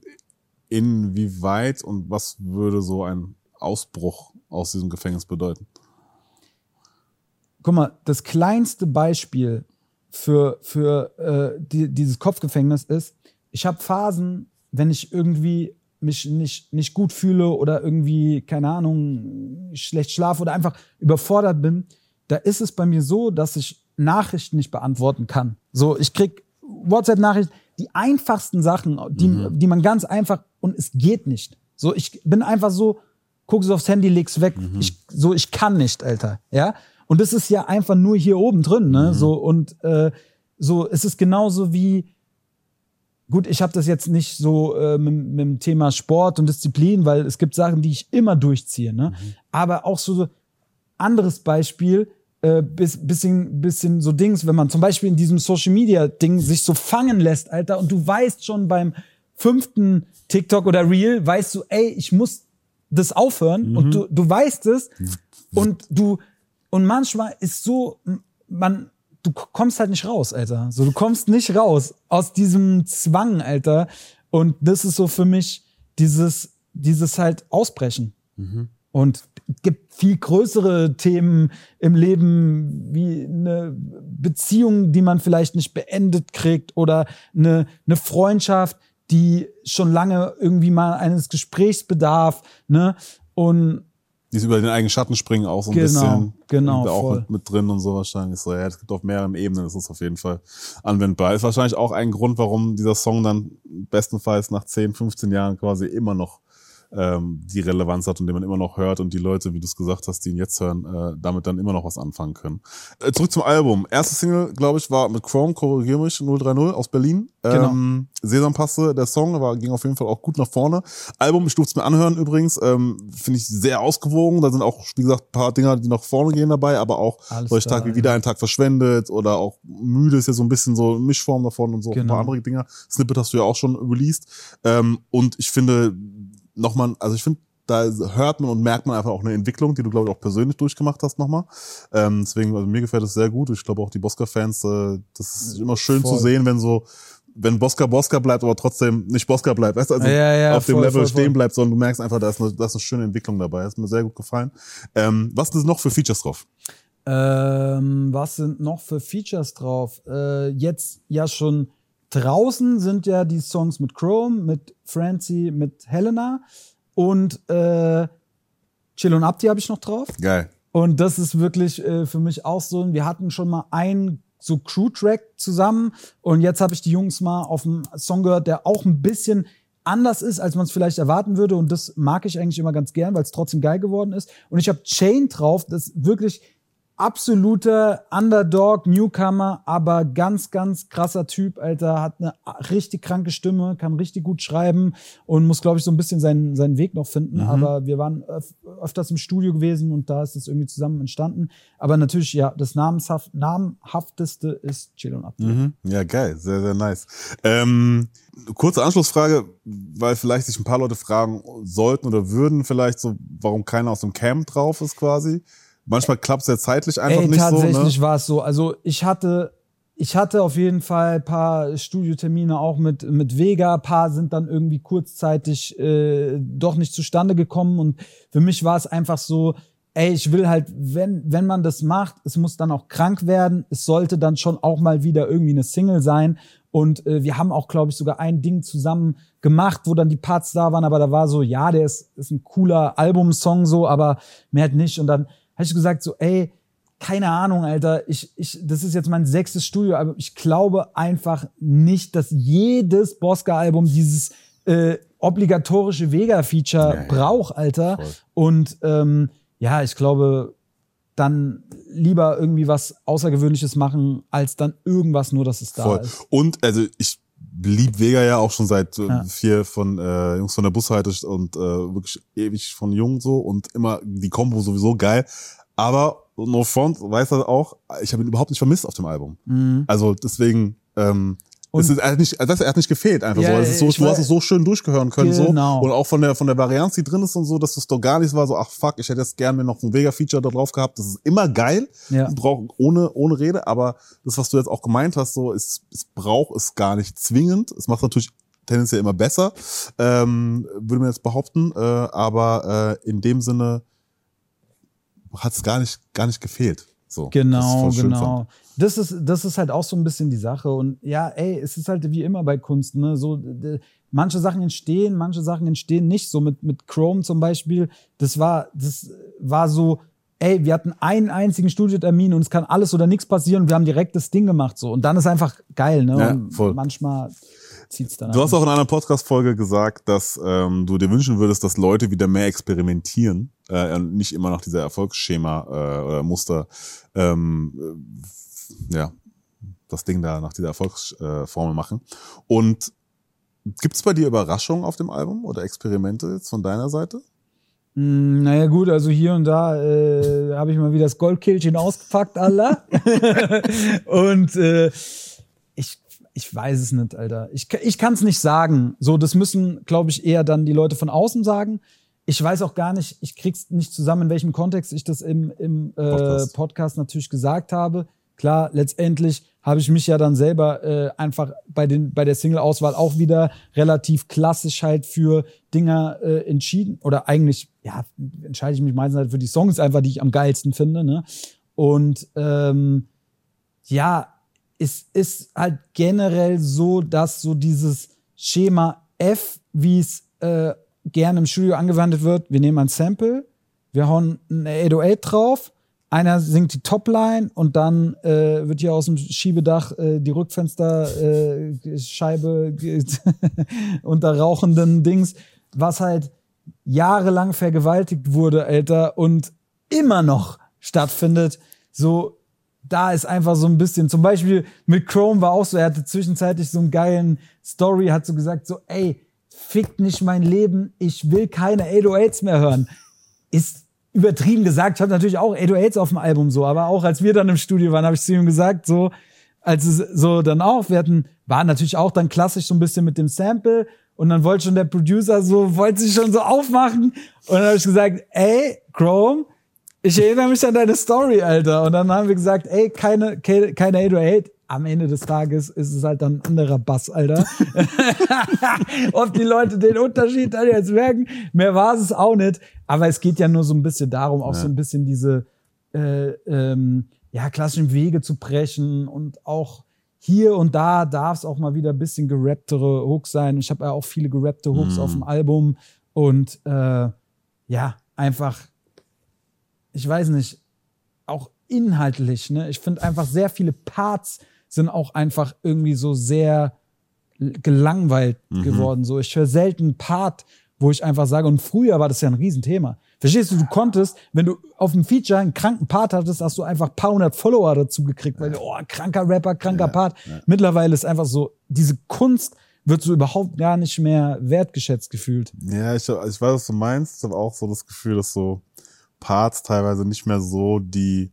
inwieweit und was würde so ein Ausbruch aus diesem Gefängnis bedeuten? Guck mal, das kleinste Beispiel für, für äh, die, dieses Kopfgefängnis ist, ich habe Phasen, wenn ich irgendwie mich nicht, nicht gut fühle oder irgendwie, keine Ahnung, schlecht schlafe oder einfach überfordert bin, da ist es bei mir so, dass ich Nachrichten nicht beantworten kann. So, ich krieg WhatsApp-Nachrichten, die einfachsten Sachen, die, mhm. die man ganz einfach, und es geht nicht. So, ich bin einfach so, guck so aufs Handy, leg's weg. Mhm. Ich, so, ich kann nicht, Alter. Ja? Und das ist ja einfach nur hier oben drin, ne? Mhm. So, und äh, so, es ist genauso wie, gut, ich habe das jetzt nicht so äh, mit, mit dem Thema Sport und Disziplin, weil es gibt Sachen, die ich immer durchziehe, ne? Mhm. Aber auch so anderes Beispiel, äh, bis, bisschen, bisschen so Dings, wenn man zum Beispiel in diesem Social-Media-Ding sich so fangen lässt, Alter, und du weißt schon beim fünften TikTok oder Reel, weißt du, ey, ich muss das aufhören, mhm. und du, du weißt es, und du, und manchmal ist so, man, du kommst halt nicht raus, Alter. So, du kommst nicht raus aus diesem Zwang, Alter. Und das ist so für mich dieses, dieses halt Ausbrechen. Mhm. Und es gibt viel größere Themen im Leben, wie eine Beziehung, die man vielleicht nicht beendet kriegt, oder eine, eine Freundschaft, die schon lange irgendwie mal eines Gesprächs bedarf, ne? Und die über den eigenen Schatten springen auch so ein genau, bisschen. Genau, auch voll. mit, mit drin und so wahrscheinlich. So, ja, es gibt auf mehreren Ebenen, das ist auf jeden Fall anwendbar. Ist wahrscheinlich auch ein Grund, warum dieser Song dann bestenfalls nach zehn, fünfzehn Jahren quasi immer noch ähm, die Relevanz hat und den man immer noch hört und die Leute, wie du es gesagt hast, die ihn jetzt hören, äh, damit dann immer noch was anfangen können. Äh, zurück zum Album. Erste Single, glaube ich, war mit Chrome, korrigier mich, null drei null aus Berlin. Genau. Ähm, Sesampasse, der Song, war, ging auf jeden Fall auch gut nach vorne. Album, ich durfte es mir anhören übrigens, ähm, finde ich sehr ausgewogen. Da sind auch, wie gesagt, ein paar Dinger, die nach vorne gehen dabei, aber auch Alles solche da, Tage wie ja. Wieder ein Tag verschwendet oder auch Müde ist ja so ein bisschen so Mischform davon und so, Genau. ein paar andere Dinger. Snippet hast du ja auch schon released. Ähm, und ich finde, nochmal, also ich finde, da hört man und merkt man einfach auch eine Entwicklung, die du, glaube ich, auch persönlich durchgemacht hast nochmal. Ähm, deswegen, also mir gefällt es sehr gut. Ich glaube auch die Bosca-Fans, äh, das ist immer schön Voll. zu sehen, wenn so, wenn Bosca Bosca bleibt, aber trotzdem nicht Bosca bleibt, weißt du, also Ja, ja, auf dem voll, Level voll, stehen voll. bleibt, sondern du merkst einfach, da ist eine, da ist eine schöne Entwicklung dabei. Das hat mir sehr gut gefallen. Ähm, was sind noch für Features drauf? Ähm, was sind noch für Features drauf? Äh, jetzt ja schon draußen sind ja die Songs mit Chrome, mit Francie, mit Helena und äh, Chill und Abdi habe ich noch drauf. Geil. Und das ist wirklich äh, für mich auch so, wir hatten schon mal einen so Crew-Track zusammen und jetzt habe ich die Jungs mal auf einen Song gehört, der auch ein bisschen anders ist, als man es vielleicht erwarten würde und das mag ich eigentlich immer ganz gern, weil es trotzdem geil geworden ist. Und ich habe Chain drauf, das wirklich absoluter Underdog, Newcomer, aber ganz, ganz krasser Typ, Alter, hat eine richtig kranke Stimme, kann richtig gut schreiben und muss, glaube ich, so ein bisschen seinen, seinen Weg noch finden. Mhm. Aber wir waren öf öfters im Studio gewesen und da ist es irgendwie zusammen entstanden. Aber natürlich, ja, das namenshaft, namhafteste ist Chill und Abdi. Mhm. Ja, geil. Sehr, sehr nice. Ähm, kurze Anschlussfrage, weil vielleicht sich ein paar Leute fragen sollten oder würden vielleicht so, warum keiner aus dem Camp drauf ist quasi. Manchmal klappt es ja zeitlich einfach Ey, nicht so. tatsächlich Ne? war es so. Also ich hatte, ich hatte auf jeden Fall ein paar Studiotermine auch mit mit Vega. Ein paar sind dann irgendwie kurzzeitig äh, doch nicht zustande gekommen. Und für mich war es einfach so, ey, ich will halt, wenn wenn man das macht, es muss dann auch krank werden. Es sollte dann schon auch mal wieder irgendwie eine Single sein. Und äh, wir haben auch, glaube ich, sogar ein Ding zusammen gemacht, wo dann die Parts da waren. Aber da war so, ja, der ist, ist ein cooler Albumsong so, aber mehr halt nicht. Und dann habe ich gesagt so, ey, keine Ahnung, Alter, ich, ich, das ist jetzt mein sechstes Studio, aber ich glaube einfach nicht, dass jedes Bosca-Album dieses äh, obligatorische Vega-Feature Ja, ja. braucht, Alter. Voll. Und ähm, ja, ich glaube, dann lieber irgendwie was Außergewöhnliches machen, als dann irgendwas nur, dass es da Voll. ist. Und also ich lieb Vega ja auch schon seit äh, Ja. vier von äh, Jungs von der Busseite und äh, wirklich ewig von Jung so und immer die Kombo sowieso geil. Aber No Front weiß er auch, ich habe ihn überhaupt nicht vermisst auf dem Album. Mhm. Also deswegen, ähm, Und- es ist, er, hat nicht, also er hat nicht gefehlt einfach Ja, so. Also es ist so. ich Du hast weiß- es so schön durchgehören können Genau. so. Und auch von der von der Varianz, die drin ist und so, dass es doch gar nicht war so, ach fuck, ich hätte jetzt gerne mir noch ein Vega-Feature da drauf gehabt. Das ist immer geil. Ja. Es braucht ohne, ohne Rede, aber das, was du jetzt auch gemeint hast, so, es, es braucht es gar nicht zwingend. Es macht natürlich tendenziell immer besser, ähm, würde man jetzt behaupten, äh, aber äh, in dem Sinne hat es gar nicht, gar nicht gefehlt. So, das ist Genau, voll schön genau. fand. Das ist, das ist halt auch so ein bisschen die Sache. Und ja, ey, es ist halt wie immer bei Kunst, ne? So, d- manche Sachen entstehen, manche Sachen entstehen nicht. So mit, mit Chrome zum Beispiel, das war, das war so, ey, wir hatten einen einzigen Studiotermin und es kann alles oder nichts passieren und wir haben direkt das Ding gemacht. So. Und dann ist einfach geil, ne? Ja, und voll. manchmal zieht's dann Du halt hast auch in einer Podcast-Folge gesagt, dass ähm, du dir wünschen würdest, dass Leute wieder mehr experimentieren äh, und nicht immer nach dieser Erfolgsschema äh, oder Muster ähm, äh, ja, das Ding da nach dieser Erfolgsformel äh, machen. Und gibt's bei dir Überraschungen auf dem Album oder Experimente jetzt von deiner Seite? Mm, naja gut, also hier und da äh, habe ich mal wieder das Goldkehlchen ausgepackt, Allah. Und äh, ich, ich weiß es nicht, Alter. Ich, ich kann es nicht sagen. So, das müssen, glaube ich, eher dann die Leute von außen sagen. Ich weiß auch gar nicht, ich krieg's nicht zusammen, in welchem Kontext ich das im, im äh, Podcast. Podcast natürlich gesagt habe. Klar, letztendlich habe ich mich ja dann selber äh, einfach bei den bei der Single-Auswahl auch wieder relativ klassisch halt für Dinger äh, entschieden. Oder eigentlich, ja, entscheide ich mich meistens halt für die Songs einfach, die ich am geilsten finde, ne? Und ähm, ja, es ist halt generell so, dass so dieses Schema F, wie es äh, gerne im Studio angewendet wird, wir nehmen ein Sample, wir hauen ein acht null acht drauf, einer singt die Topline und dann äh, wird hier aus dem Schiebedach äh, die Rückfensterscheibe äh, Scheibe unter rauchenden Dings, was halt jahrelang vergewaltigt wurde, Alter, und immer noch stattfindet, so, da ist einfach so ein bisschen, zum Beispiel mit Chrome war auch so, er hatte zwischenzeitlich so einen geilen Story, hat so gesagt, so, ey, fickt nicht mein Leben, ich will keine acht null achts mehr hören. Ist übertrieben gesagt, ich habe natürlich auch acht null achts auf dem Album so, aber auch als wir dann im Studio waren, habe ich zu ihm gesagt, so, als es so dann auch, wir hatten, war natürlich auch dann klassisch so ein bisschen mit dem Sample und dann wollte schon der Producer so, wollte sich schon so aufmachen und dann habe ich gesagt, ey, Chrome, ich erinnere mich an deine Story, Alter. Und dann haben wir gesagt, ey, keine, keine, keine acht null acht. Am Ende des Tages ist es halt dann ein anderer Bass, Alter. Ob die Leute den Unterschied dann jetzt merken, mehr war es auch nicht. Aber es geht ja nur so ein bisschen darum, auch ja. so ein bisschen diese äh, ähm, ja, klassischen Wege zu brechen. Und auch hier und da darf es auch mal wieder ein bisschen gerapptere Hooks sein. Ich habe ja auch viele gerappte Hooks mm. auf dem Album. Und äh, ja, einfach ich weiß nicht, auch inhaltlich, ne? Ich finde einfach sehr viele Parts sind auch einfach irgendwie so sehr gelangweilt mhm. geworden. So, ich höre selten einen Part, wo ich einfach sage, und früher war das ja ein Riesenthema. Verstehst du, du konntest, wenn du auf dem Feature einen kranken Part hattest, hast du einfach ein paar hundert Follower dazu gekriegt, weil, oh, kranker Rapper, kranker ja, Part. Ja. Mittlerweile ist einfach so, diese Kunst wird so überhaupt gar nicht mehr wertgeschätzt gefühlt. Ja, ich, ich weiß, was du meinst. Ich habe auch so das Gefühl, dass so Parts teilweise nicht mehr so die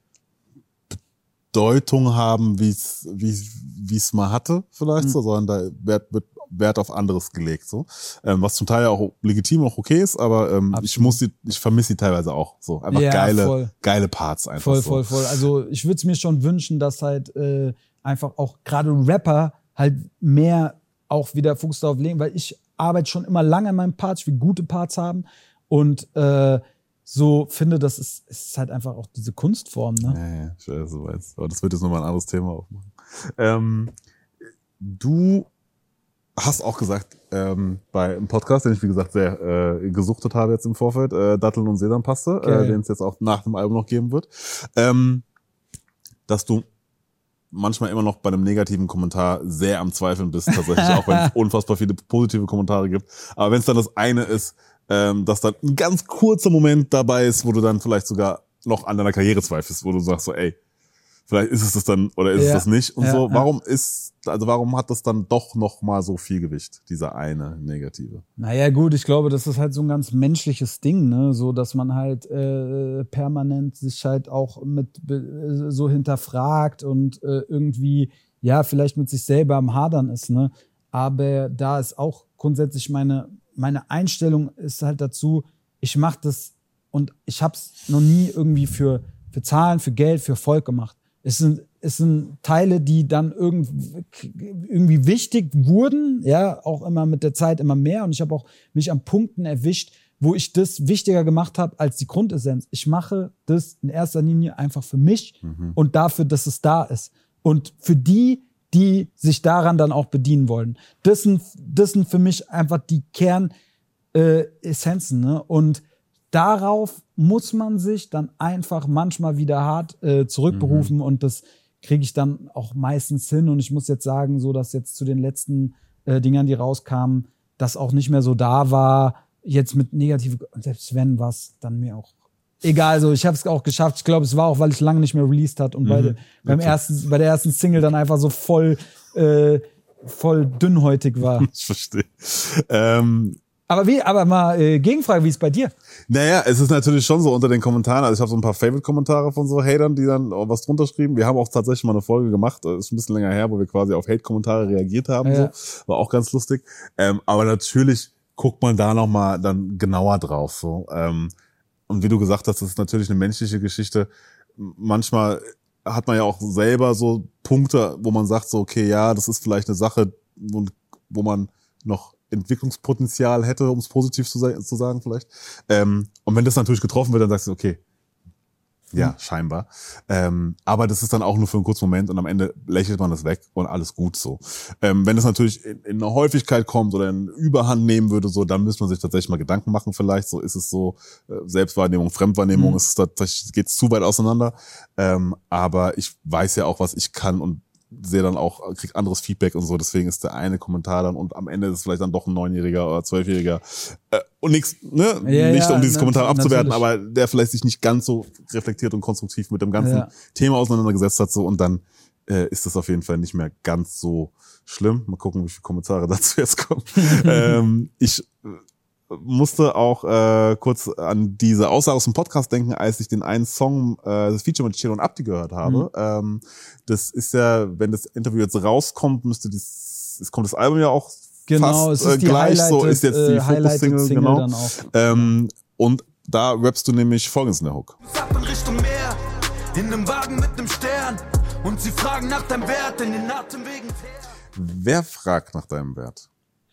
Bedeutung haben, wie es wie wie es mal hatte vielleicht, mhm. so, sondern da wird, wird Wert auf anderes gelegt, so, ähm, was zum Teil auch legitim auch okay ist, aber ähm, ich muss die, ich vermisse die teilweise auch, so einfach ja, geile voll. geile Parts einfach. Voll, so. voll, voll. Also ich würde es mir schon wünschen, dass halt äh, einfach auch gerade Rapper halt mehr auch wieder Fokus darauf legen, weil ich arbeite schon immer lange an meinen Parts, ich will gute Parts haben und äh, so finde, das ist, ist halt einfach auch diese Kunstform, ne? Ja, ja, ich weiß, du weißt. Aber das wird jetzt nochmal ein anderes Thema aufmachen. Ähm, du hast auch gesagt, ähm, bei einem Podcast, den ich, wie gesagt, sehr äh, gesuchtet habe jetzt im Vorfeld, äh, Datteln und Sesampaste, okay. äh, den es jetzt auch nach dem Album noch geben wird, ähm, dass du manchmal immer noch bei einem negativen Kommentar sehr am Zweifeln bist, tatsächlich, auch wenn es unfassbar viele positive Kommentare gibt. Aber wenn es dann das eine ist, ähm, dass dann ein ganz kurzer Moment dabei ist, wo du dann vielleicht sogar noch an deiner Karriere zweifelst, wo du sagst so, ey, vielleicht ist es das dann oder ist ja, es das nicht und ja, so. Warum ja. ist, also warum hat das dann doch noch mal so viel Gewicht, dieser eine Negative? Naja gut, ich glaube, das ist halt so ein ganz menschliches Ding, ne, so dass man halt äh, permanent sich halt auch mit äh, so hinterfragt und äh, irgendwie ja vielleicht mit sich selber am Hadern ist, ne. Aber da ist auch grundsätzlich meine meine Einstellung ist halt dazu, ich mache das und ich habe es noch nie irgendwie für für Zahlen, für Geld, für Erfolg gemacht. Es sind, es sind Teile, die dann irgendwie, irgendwie wichtig wurden, ja, auch immer mit der Zeit immer mehr. Und ich habe auch mich an Punkten erwischt, wo ich das wichtiger gemacht habe als die Grundessenz. Ich mache das in erster Linie einfach für mich mhm. und dafür, dass es da ist. Und für die, die sich daran dann auch bedienen wollen. Das sind, das sind für mich einfach die Kernessenzen, ne? Und darauf muss man sich dann einfach manchmal wieder hart äh, zurückberufen mhm. und das kriege ich dann auch meistens hin. Und ich muss jetzt sagen, so dass jetzt zu den letzten äh, Dingern, die rauskamen, das auch nicht mehr so da war. Jetzt mit negative, selbst wenn was, dann mir auch egal. So, ich habe es auch geschafft. Ich glaube, es war auch, weil ich lange nicht mehr released hat und mhm. bei, beim okay. ersten, bei der ersten Single dann einfach so voll, äh, voll dünnhäutig war. Ich verstehe. Ähm Aber wie, aber mal äh, Gegenfrage, wie ist bei dir? Naja, es ist natürlich schon so unter den Kommentaren, also ich habe so ein paar Favorite-Kommentare von so Hatern, die dann was drunter schrieben. Wir haben auch tatsächlich mal eine Folge gemacht, das ist ein bisschen länger her, wo wir quasi auf Hate-Kommentare reagiert haben, ja. so. War auch ganz lustig. Ähm, aber natürlich guckt man da nochmal dann genauer drauf, so. Ähm, und wie du gesagt hast, das ist natürlich eine menschliche Geschichte. Manchmal hat man ja auch selber so Punkte, wo man sagt so, okay, ja, das ist vielleicht eine Sache, wo, wo man noch Entwicklungspotenzial hätte, um es positiv zu, zu sagen vielleicht. Ähm, und wenn das natürlich getroffen wird, dann sagst du, okay, ja, mhm. scheinbar. Ähm, aber das ist dann auch nur für einen kurzen Moment und am Ende lächelt man das weg und alles gut so. Ähm, wenn es natürlich in, in eine Häufigkeit kommt oder in Überhand nehmen würde, so, dann müsste man sich tatsächlich mal Gedanken machen vielleicht. So ist es so, äh, Selbstwahrnehmung, Fremdwahrnehmung, mhm. ist es tatsächlich, geht es zu weit auseinander. Ähm, aber ich weiß ja auch, was ich kann und sehe dann auch, krieg anderes Feedback und so, deswegen ist der eine Kommentar dann und am Ende ist es vielleicht dann doch ein Neunjähriger oder Zwölfjähriger äh, und nichts, ne, ja, nicht ja, um dieses na, Kommentar abzuwerten, natürlich. aber der vielleicht sich nicht ganz so reflektiert und konstruktiv mit dem ganzen Ja. Thema auseinandergesetzt hat so und dann äh, ist das auf jeden Fall nicht mehr ganz so schlimm. Mal gucken, wie viele Kommentare dazu jetzt kommen. ähm, ich musste auch äh, kurz an diese Aussage aus dem Podcast denken, als ich den einen Song, äh, das Feature mit Chelo und Abdi gehört habe. Mhm. Ähm, das ist ja, wenn das Interview jetzt rauskommt, müsste das, es kommt das Album ja auch genau, fast es ist äh, die gleich, so ist jetzt die äh, Fokus-Single, genau. Dann auch. Ähm, und da rappst du nämlich folgendes in der Hook. Ab in Richtung Meer, in einem Wagen mit einem Stern und sie fragen nach deinem Wert in den Atemwegen. Wer fragt nach deinem Wert?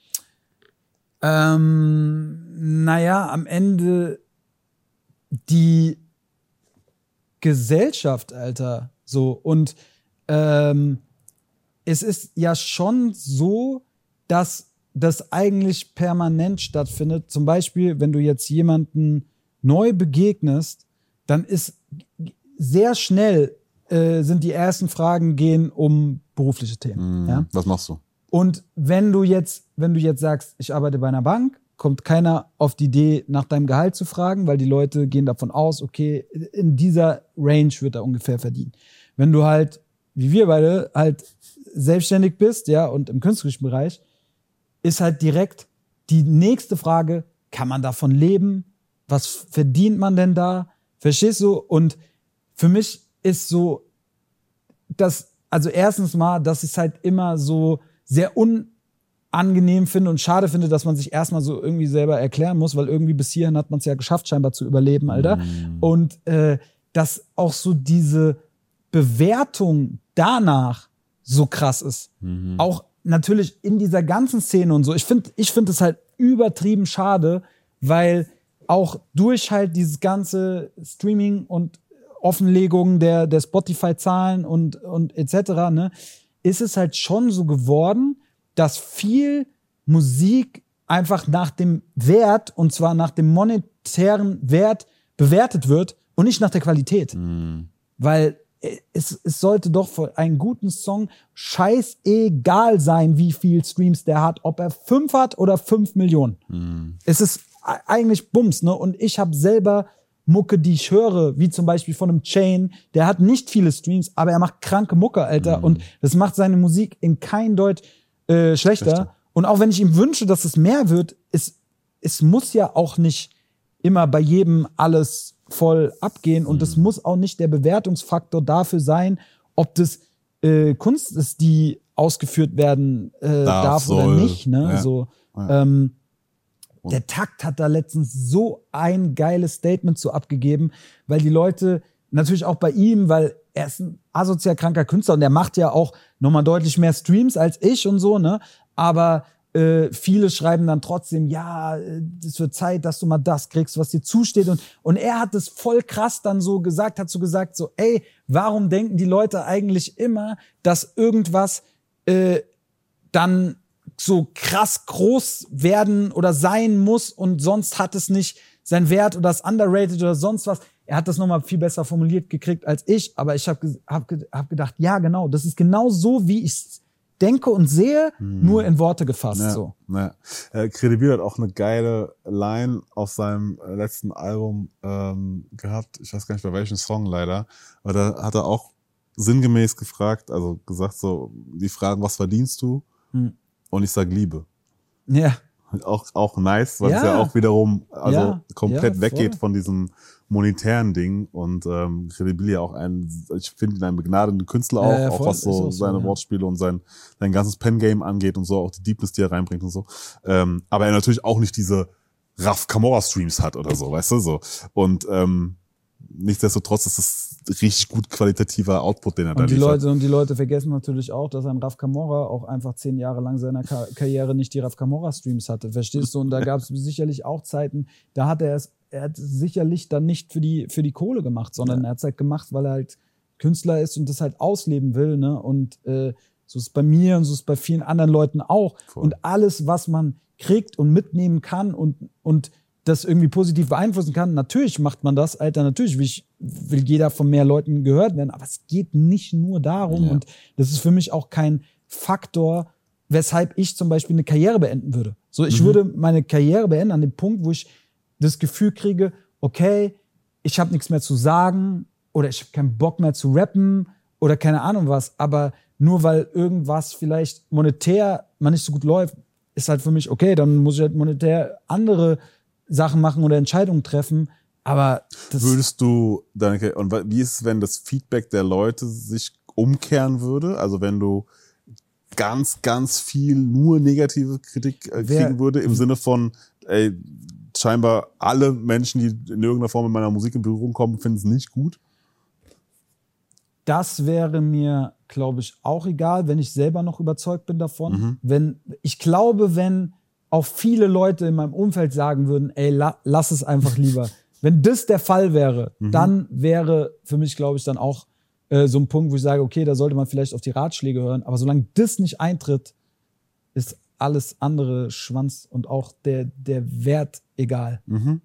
Ähm, naja, am Ende die Gesellschaft, Alter, so. Und ähm, es ist ja schon so, dass das eigentlich permanent stattfindet. Zum Beispiel, wenn du jetzt jemanden neu begegnest, dann ist sehr schnell äh, sind die ersten Fragen gehen um berufliche Themen. Mm, ja? Was machst du? Und wenn du jetzt, wenn du jetzt sagst, ich arbeite bei einer Bank, kommt keiner auf die Idee, nach deinem Gehalt zu fragen, weil die Leute gehen davon aus, okay, in dieser Range wird er ungefähr verdienen. Wenn du halt, wie wir beide, halt selbstständig bist, ja, und im künstlerischen Bereich, ist halt direkt die nächste Frage, kann man davon leben? Was verdient man denn da? Verstehst du? Und für mich ist so, dass, also erstens mal, dass ich es halt immer so sehr unangenehm finde und schade finde, dass man sich erstmal so irgendwie selber erklären muss, weil irgendwie bis hierhin hat man es ja geschafft, scheinbar zu überleben, Alter. Mm. Und äh, dass auch so diese Bewertung danach so krass ist. Mhm. Auch natürlich in dieser ganzen Szene und so. Ich finde ich finde es halt übertrieben schade, weil auch durch halt dieses ganze Streaming und Offenlegung der, der Spotify-Zahlen und, und et cetera, ne, ist es halt schon so geworden, dass viel Musik einfach nach dem Wert, und zwar nach dem monetären Wert, bewertet wird und nicht nach der Qualität. Mhm. Weil es, es sollte doch für einen guten Song scheißegal sein, wie viel Streams der hat, ob er fünf hat oder fünf Millionen. Mhm. Es ist eigentlich Bums, ne? Und ich habe selber Mucke, die ich höre, wie zum Beispiel von einem Chain, der hat nicht viele Streams, aber er macht kranke Mucke, Alter. Mhm. Und das macht seine Musik in kein Deut äh, schlechter. schlechter. Und auch wenn ich ihm wünsche, dass es mehr wird, es, es muss ja auch nicht immer bei jedem alles voll abgehen. Und es mhm. muss auch nicht der Bewertungsfaktor dafür sein, ob das äh, Kunst ist, die ausgeführt werden äh, darf, darf oder nicht. Ne? Ja. So, ja. Ähm, Der Takt hat da letztens so ein geiles Statement so abgegeben, weil die Leute, natürlich auch bei ihm, weil er ist ein asozial kranker Künstler und der macht ja auch nochmal deutlich mehr Streams als ich und so, ne? Aber äh, viele schreiben dann trotzdem, ja, es wird Zeit, dass du mal das kriegst, was dir zusteht. Und, und er hat es voll krass dann so gesagt, hat so gesagt, so, ey, warum denken die Leute eigentlich immer, dass irgendwas äh, dann so krass groß werden oder sein muss und sonst hat es nicht seinen Wert oder ist underrated oder sonst was. Er hat das nochmal viel besser formuliert gekriegt als ich, aber ich habe hab, hab gedacht, ja genau, das ist genau so, wie ich denke und sehe, hm. nur in Worte gefasst. Ja, so. Ja. Äh, Credibil hat auch eine geile Line auf seinem letzten Album ähm, gehabt, ich weiß gar nicht bei welchem Song leider, aber da hat er auch sinngemäß gefragt, also gesagt so, die fragen, was verdienst du? Hm. Und ich sag Liebe. Ja. Auch, auch nice, weil ja. es ja auch wiederum also ja. komplett ja, weggeht von diesem monetären Ding. Und ähm, Credibil ja auch ein, ich finde ihn einen begnadeten Künstler auch, ja, auch was so, auch so seine ja. Wortspiele und sein, sein ganzes Pen-Game angeht und so, auch die Deepness, die er reinbringt und so. Ähm, aber er natürlich auch nicht diese Raf Camorra-Streams hat oder so, weißt du, so. Und ähm, nichtsdestotrotz ist es richtig gut qualitativer Output, den er da und die liefert. Leute Und die Leute vergessen natürlich auch, dass ein Raf Camorra auch einfach zehn Jahre lang seiner Ka- Karriere nicht die Raf Camorra-Streams hatte. Verstehst du? Und da gab es sicherlich auch Zeiten, da hat er es, er hat es sicherlich dann nicht für die, für die Kohle gemacht, sondern ja. er hat es halt gemacht, weil er halt Künstler ist und das halt ausleben will, ne? Und äh, so ist es bei mir und so ist es bei vielen anderen Leuten auch. Voll. Und alles, was man kriegt und mitnehmen kann und, und das irgendwie positiv beeinflussen kann, natürlich macht man das, Alter, natürlich will, ich, will jeder von mehr Leuten gehört werden, aber es geht nicht nur darum Ja. und das ist für mich auch kein Faktor, weshalb ich zum Beispiel eine Karriere beenden würde. So, ich Mhm. würde meine Karriere beenden an dem Punkt, wo ich das Gefühl kriege, okay, ich habe nichts mehr zu sagen oder ich habe keinen Bock mehr zu rappen oder keine Ahnung was, aber nur weil irgendwas vielleicht monetär mal nicht so gut läuft, ist halt für mich okay, dann muss ich halt monetär andere Sachen machen oder Entscheidungen treffen, aber das Würdest du deine, und wie ist es, wenn das Feedback der Leute sich umkehren würde? Also wenn du ganz, ganz viel nur negative Kritik äh, Wer- kriegen würde, im Sinne von, ey, scheinbar alle Menschen, die in irgendeiner Form mit meiner Musik in Berührung kommen, finden es nicht gut? Das wäre mir, glaube ich, auch egal, wenn ich selber noch überzeugt bin davon. Mhm. Wenn, ich glaube, wenn auch viele Leute in meinem Umfeld sagen würden, ey, la, lass es einfach lieber. Wenn das der Fall wäre, Mhm. dann wäre für mich, glaube ich, dann auch äh, so ein Punkt, wo ich sage, okay, da sollte man vielleicht auf die Ratschläge hören. Aber solange das nicht eintritt, ist alles andere Schwanz und auch der, der Wert egal. Mhm.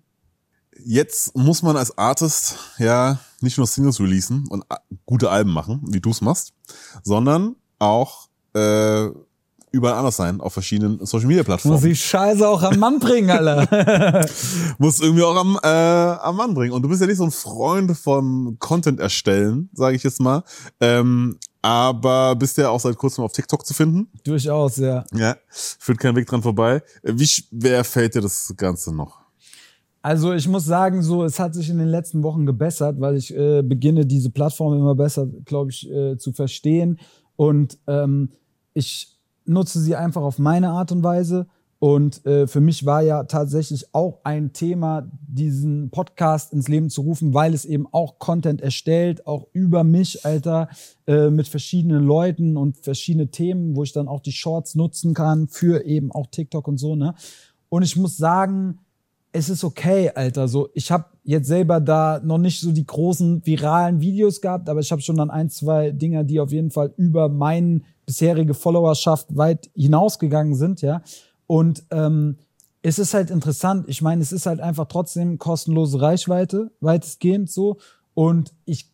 Jetzt muss man als Artist ja nicht nur Singles releasen und a- gute Alben machen, wie du es machst, sondern auch äh, überall anders sein, auf verschiedenen Social-Media-Plattformen. Muss die Scheiße auch am Mann bringen, Alter. Muss irgendwie auch am, äh, am Mann bringen. Und du bist ja nicht so ein Freund vom Content erstellen, sage ich jetzt mal, ähm, aber bist ja auch seit kurzem auf TikTok zu finden. Durchaus, ja. Ja, führt kein Weg dran vorbei. Wie schwer fällt dir das Ganze noch? Also ich muss sagen, so es hat sich in den letzten Wochen gebessert, weil ich äh, beginne, diese Plattform immer besser, glaube ich, äh, zu verstehen. Und ähm, ich nutze sie einfach auf meine Art und Weise. Und äh, für mich war ja tatsächlich auch ein Thema, diesen Podcast ins Leben zu rufen, weil es eben auch Content erstellt, auch über mich, Alter, äh, mit verschiedenen Leuten und verschiedene Themen, wo ich dann auch die Shorts nutzen kann für eben auch TikTok und so, ne? Und ich muss sagen, es ist okay, Alter. So, ich habe jetzt selber da noch nicht so die großen viralen Videos gehabt, aber ich habe schon dann ein, zwei Dinger, die auf jeden Fall über meine bisherige Followerschaft weit hinausgegangen sind, ja. Und ähm, es ist halt interessant. Ich meine, es ist halt einfach trotzdem kostenlose Reichweite, weitestgehend so. Und ich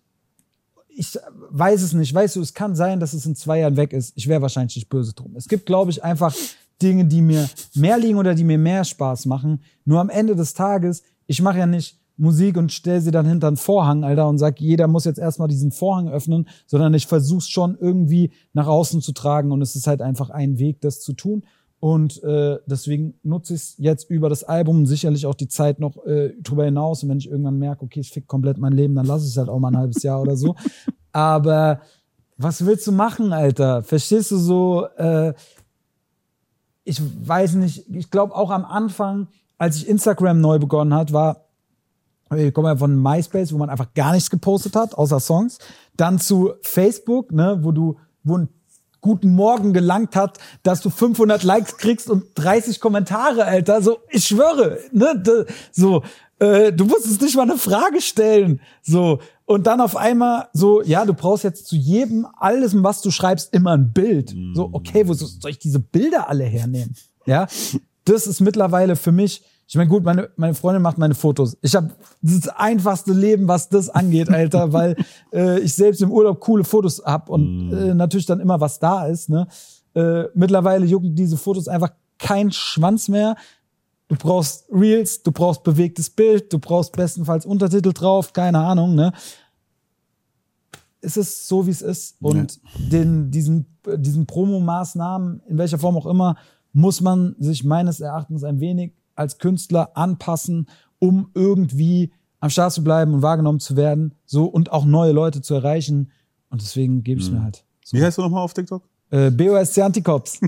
ich weiß es nicht. Weißt du, es kann sein, dass es in zwei Jahren weg ist. Ich wäre wahrscheinlich nicht böse drum. Es gibt, glaube ich, einfach Dinge, die mir mehr liegen oder die mir mehr Spaß machen. Nur am Ende des Tages, ich mache ja nicht Musik und stelle sie dann hinter einen Vorhang, Alter, und sag, jeder muss jetzt erstmal diesen Vorhang öffnen, sondern ich versuche es schon irgendwie nach außen zu tragen und es ist halt einfach ein Weg, das zu tun. Und äh, deswegen nutze ich es jetzt über das Album und sicherlich auch die Zeit noch äh, drüber hinaus. Und wenn ich irgendwann merke, okay, ich fick komplett mein Leben, dann lasse ich es halt auch mal ein halbes Jahr oder so. Aber was willst du machen, Alter? Verstehst du so? Äh, ich weiß nicht, ich glaube auch am Anfang, als ich Instagram neu begonnen hat, war, ich komme ja von MySpace, wo man einfach gar nichts gepostet hat, außer Songs. Dann zu Facebook, ne, wo du, wo ein Guten Morgen gelangt hat, dass du fünfhundert Likes kriegst und dreißig Kommentare, Alter. So, ich schwöre, ne, de, so, äh, du musstest nicht mal eine Frage stellen, so. Und dann auf einmal so, ja, du brauchst jetzt zu jedem, alles, was du schreibst, immer ein Bild. So, okay, wo soll ich diese Bilder alle hernehmen? Ja, das ist mittlerweile für mich. Ich meine, gut, meine, meine Freundin macht meine Fotos. Ich habe das einfachste Leben, was das angeht, Alter, weil äh, ich selbst im Urlaub coole Fotos hab und äh, natürlich dann immer was da ist. Ne? Äh, mittlerweile jucken diese Fotos einfach kein Schwanz mehr. Du brauchst Reels, du brauchst bewegtes Bild, du brauchst bestenfalls Untertitel drauf, keine Ahnung. Ne? Es ist so, wie es ist. Und ja. den, diesen, diesen Promo-Maßnahmen, in welcher Form auch immer, muss man sich meines Erachtens ein wenig als Künstler anpassen, um irgendwie am Start zu bleiben und wahrgenommen zu werden, so und auch neue Leute zu erreichen. Und deswegen gebe ich es mhm. mir halt. So. Wie heißt du nochmal auf TikTok? Äh, B O S C Antikops.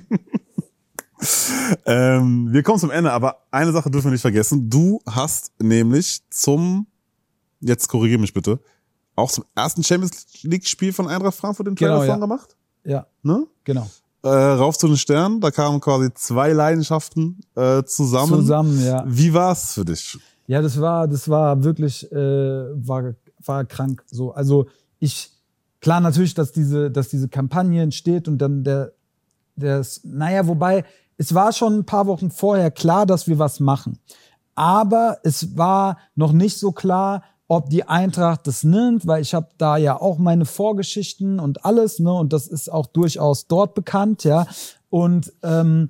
ähm, wir kommen zum Ende, aber eine Sache dürfen wir nicht vergessen. Du hast nämlich zum, jetzt korrigiere mich bitte, auch zum ersten Champions League-Spiel von Eintracht Frankfurt den Trailer-Song genau, ja. gemacht? Ja, ne? Genau. Äh, rauf zu den Sternen, da kamen quasi zwei Leidenschaften äh, zusammen. Zusammen, ja. Wie war's für dich? Ja, das war, das war wirklich, äh, war, war krank. So, also ich, klar natürlich, dass diese, dass diese Kampagne entsteht und dann der, der, naja, wobei, es war schon ein paar Wochen vorher klar, dass wir was machen. aber es war noch nicht so klar, ob die Eintracht das nimmt, weil ich habe da ja auch meine Vorgeschichten und alles, ne, und das ist auch durchaus dort bekannt, ja, und ähm,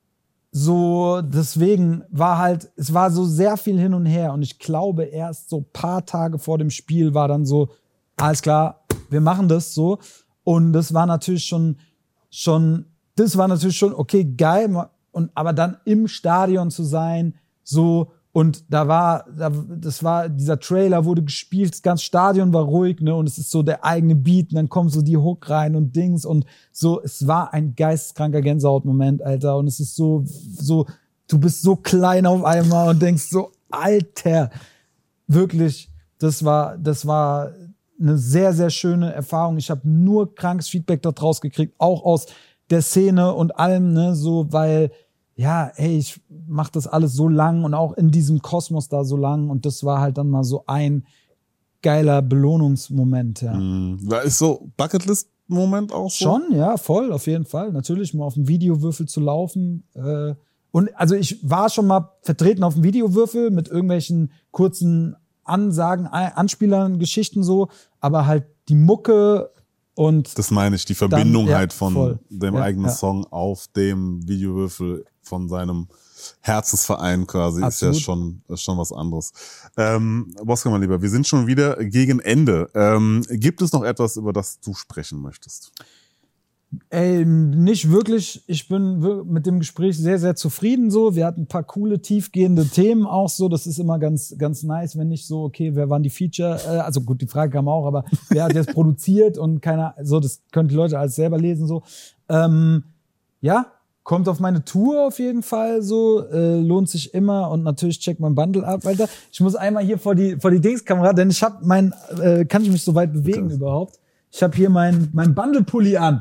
so deswegen war halt, es war so sehr viel hin und her und ich glaube erst so paar Tage vor dem Spiel war dann so, alles klar, wir machen das so und das war natürlich schon, schon, das war natürlich schon, okay, geil, und aber dann im Stadion zu sein, so. Und da war, das war, dieser Trailer wurde gespielt, das ganze Stadion war ruhig, ne, und es ist so der eigene Beat, und dann kommt so die Hook rein und Dings und so, es war ein geisteskranker Gänsehautmoment, Alter, und es ist so, so, du bist so klein auf einmal und denkst so, Alter, wirklich, das war, das war eine sehr, sehr schöne Erfahrung. Ich habe nur krankes Feedback dort rausgekriegt, auch aus der Szene und allem, ne, so, weil, ja, ey, ich mach das alles so lang und auch in diesem Kosmos da so lang und das war halt dann mal so ein geiler Belohnungsmoment, ja. Mhm. Ist so Bucketlist-Moment auch so? Schon, ja, voll, auf jeden Fall. Natürlich mal auf dem Videowürfel zu laufen. Äh, und also ich war schon mal vertreten auf dem Videowürfel mit irgendwelchen kurzen Ansagen, Anspielern, Geschichten so, aber halt die Mucke und das meine ich, die Verbindung dann, ja, halt von voll. dem ja, eigenen ja. Song auf dem Videowürfel von seinem Herzensverein quasi. Absolut. Ist ja schon, ist schon was anderes. Ähm, Bosca, mein Lieber, wir sind schon wieder gegen Ende. Ähm, gibt es noch etwas, über das du sprechen möchtest? Ey, nicht wirklich. Ich bin mit dem Gespräch sehr, sehr zufrieden so. Wir hatten ein paar coole, tiefgehende Themen auch so. Das ist immer ganz, ganz nice, wenn nicht so, okay, wer waren die Feature? Äh, also gut, die Frage kam auch, aber wer hat jetzt produziert und keiner, so, das können die Leute alles selber lesen so. Ähm, ja, kommt auf meine Tour auf jeden Fall so, äh, lohnt sich immer und natürlich checkt mein Bundle ab, Alter. Ich muss einmal hier vor die, vor die Dingskamera, denn ich hab mein, äh, kann ich mich so weit bewegen okay. überhaupt? Ich habe hier mein, mein Bundle-Pulli an.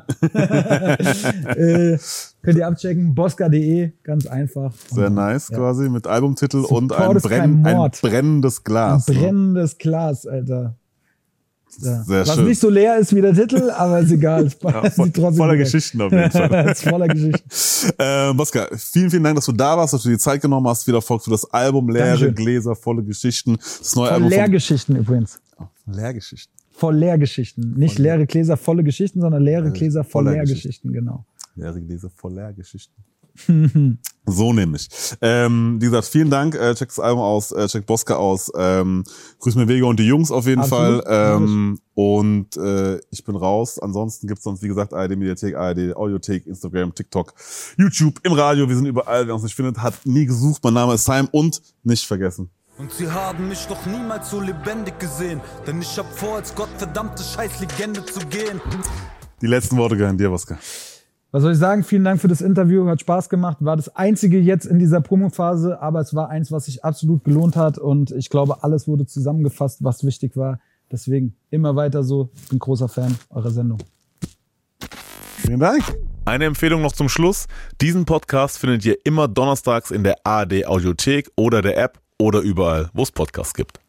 äh, könnt ihr abchecken, bosca punkt de, ganz einfach. Sehr nice, ja. quasi, mit Albumtitel Support und ein, Brenn, ein brennendes Glas. Ein brennendes ne? Glas, Alter. Ja. Sehr Was schön. nicht so leer ist wie der Titel, aber ist egal. Es ja, voll, voller Geschichten auf jeden Fall. ist voller Geschichten. äh, Bosca, vielen, vielen Dank, dass du da warst, dass du dir die Zeit genommen hast. Viel Erfolg für das Album. Leere Dankeschön. Gläser, volle Geschichten. Das neue Voll Album Leergeschichten übrigens. Oh, Leergeschichten. Voll Leergeschichten. Nicht voll leere Gläser, volle Geschichten, sondern leere Gläser, voll Leergeschichten, genau. Leere Gläser, voll Leergeschichten. So nämlich. Ähm, wie gesagt, vielen Dank. Äh, check das Album aus, äh, check Bosca aus. Ähm, grüß mir Vega und die Jungs auf jeden Absolut. Fall. Ähm, und äh, ich bin raus. Ansonsten gibt's sonst, wie gesagt, A R D Mediathek, A R D Audiothek, Instagram, TikTok, YouTube, im Radio. Wir sind überall. Wer uns nicht findet, hat nie gesucht. Mein Name ist Simon und nicht vergessen. Und sie haben mich doch niemals so lebendig gesehen, denn ich hab vor, als gottverdammte Scheißlegende zu gehen. Die letzten Worte gehören dir, Bosca. Was soll ich sagen? Vielen Dank für das Interview, hat Spaß gemacht. War das einzige jetzt in dieser Promophase, aber es war eins, was sich absolut gelohnt hat und ich glaube, alles wurde zusammengefasst, was wichtig war. Deswegen immer weiter so. Ich bin großer Fan eurer Sendung. Vielen Dank. Eine Empfehlung noch zum Schluss. Diesen Podcast findet ihr immer donnerstags in der A R D Audiothek oder der App oder überall, wo es Podcasts gibt.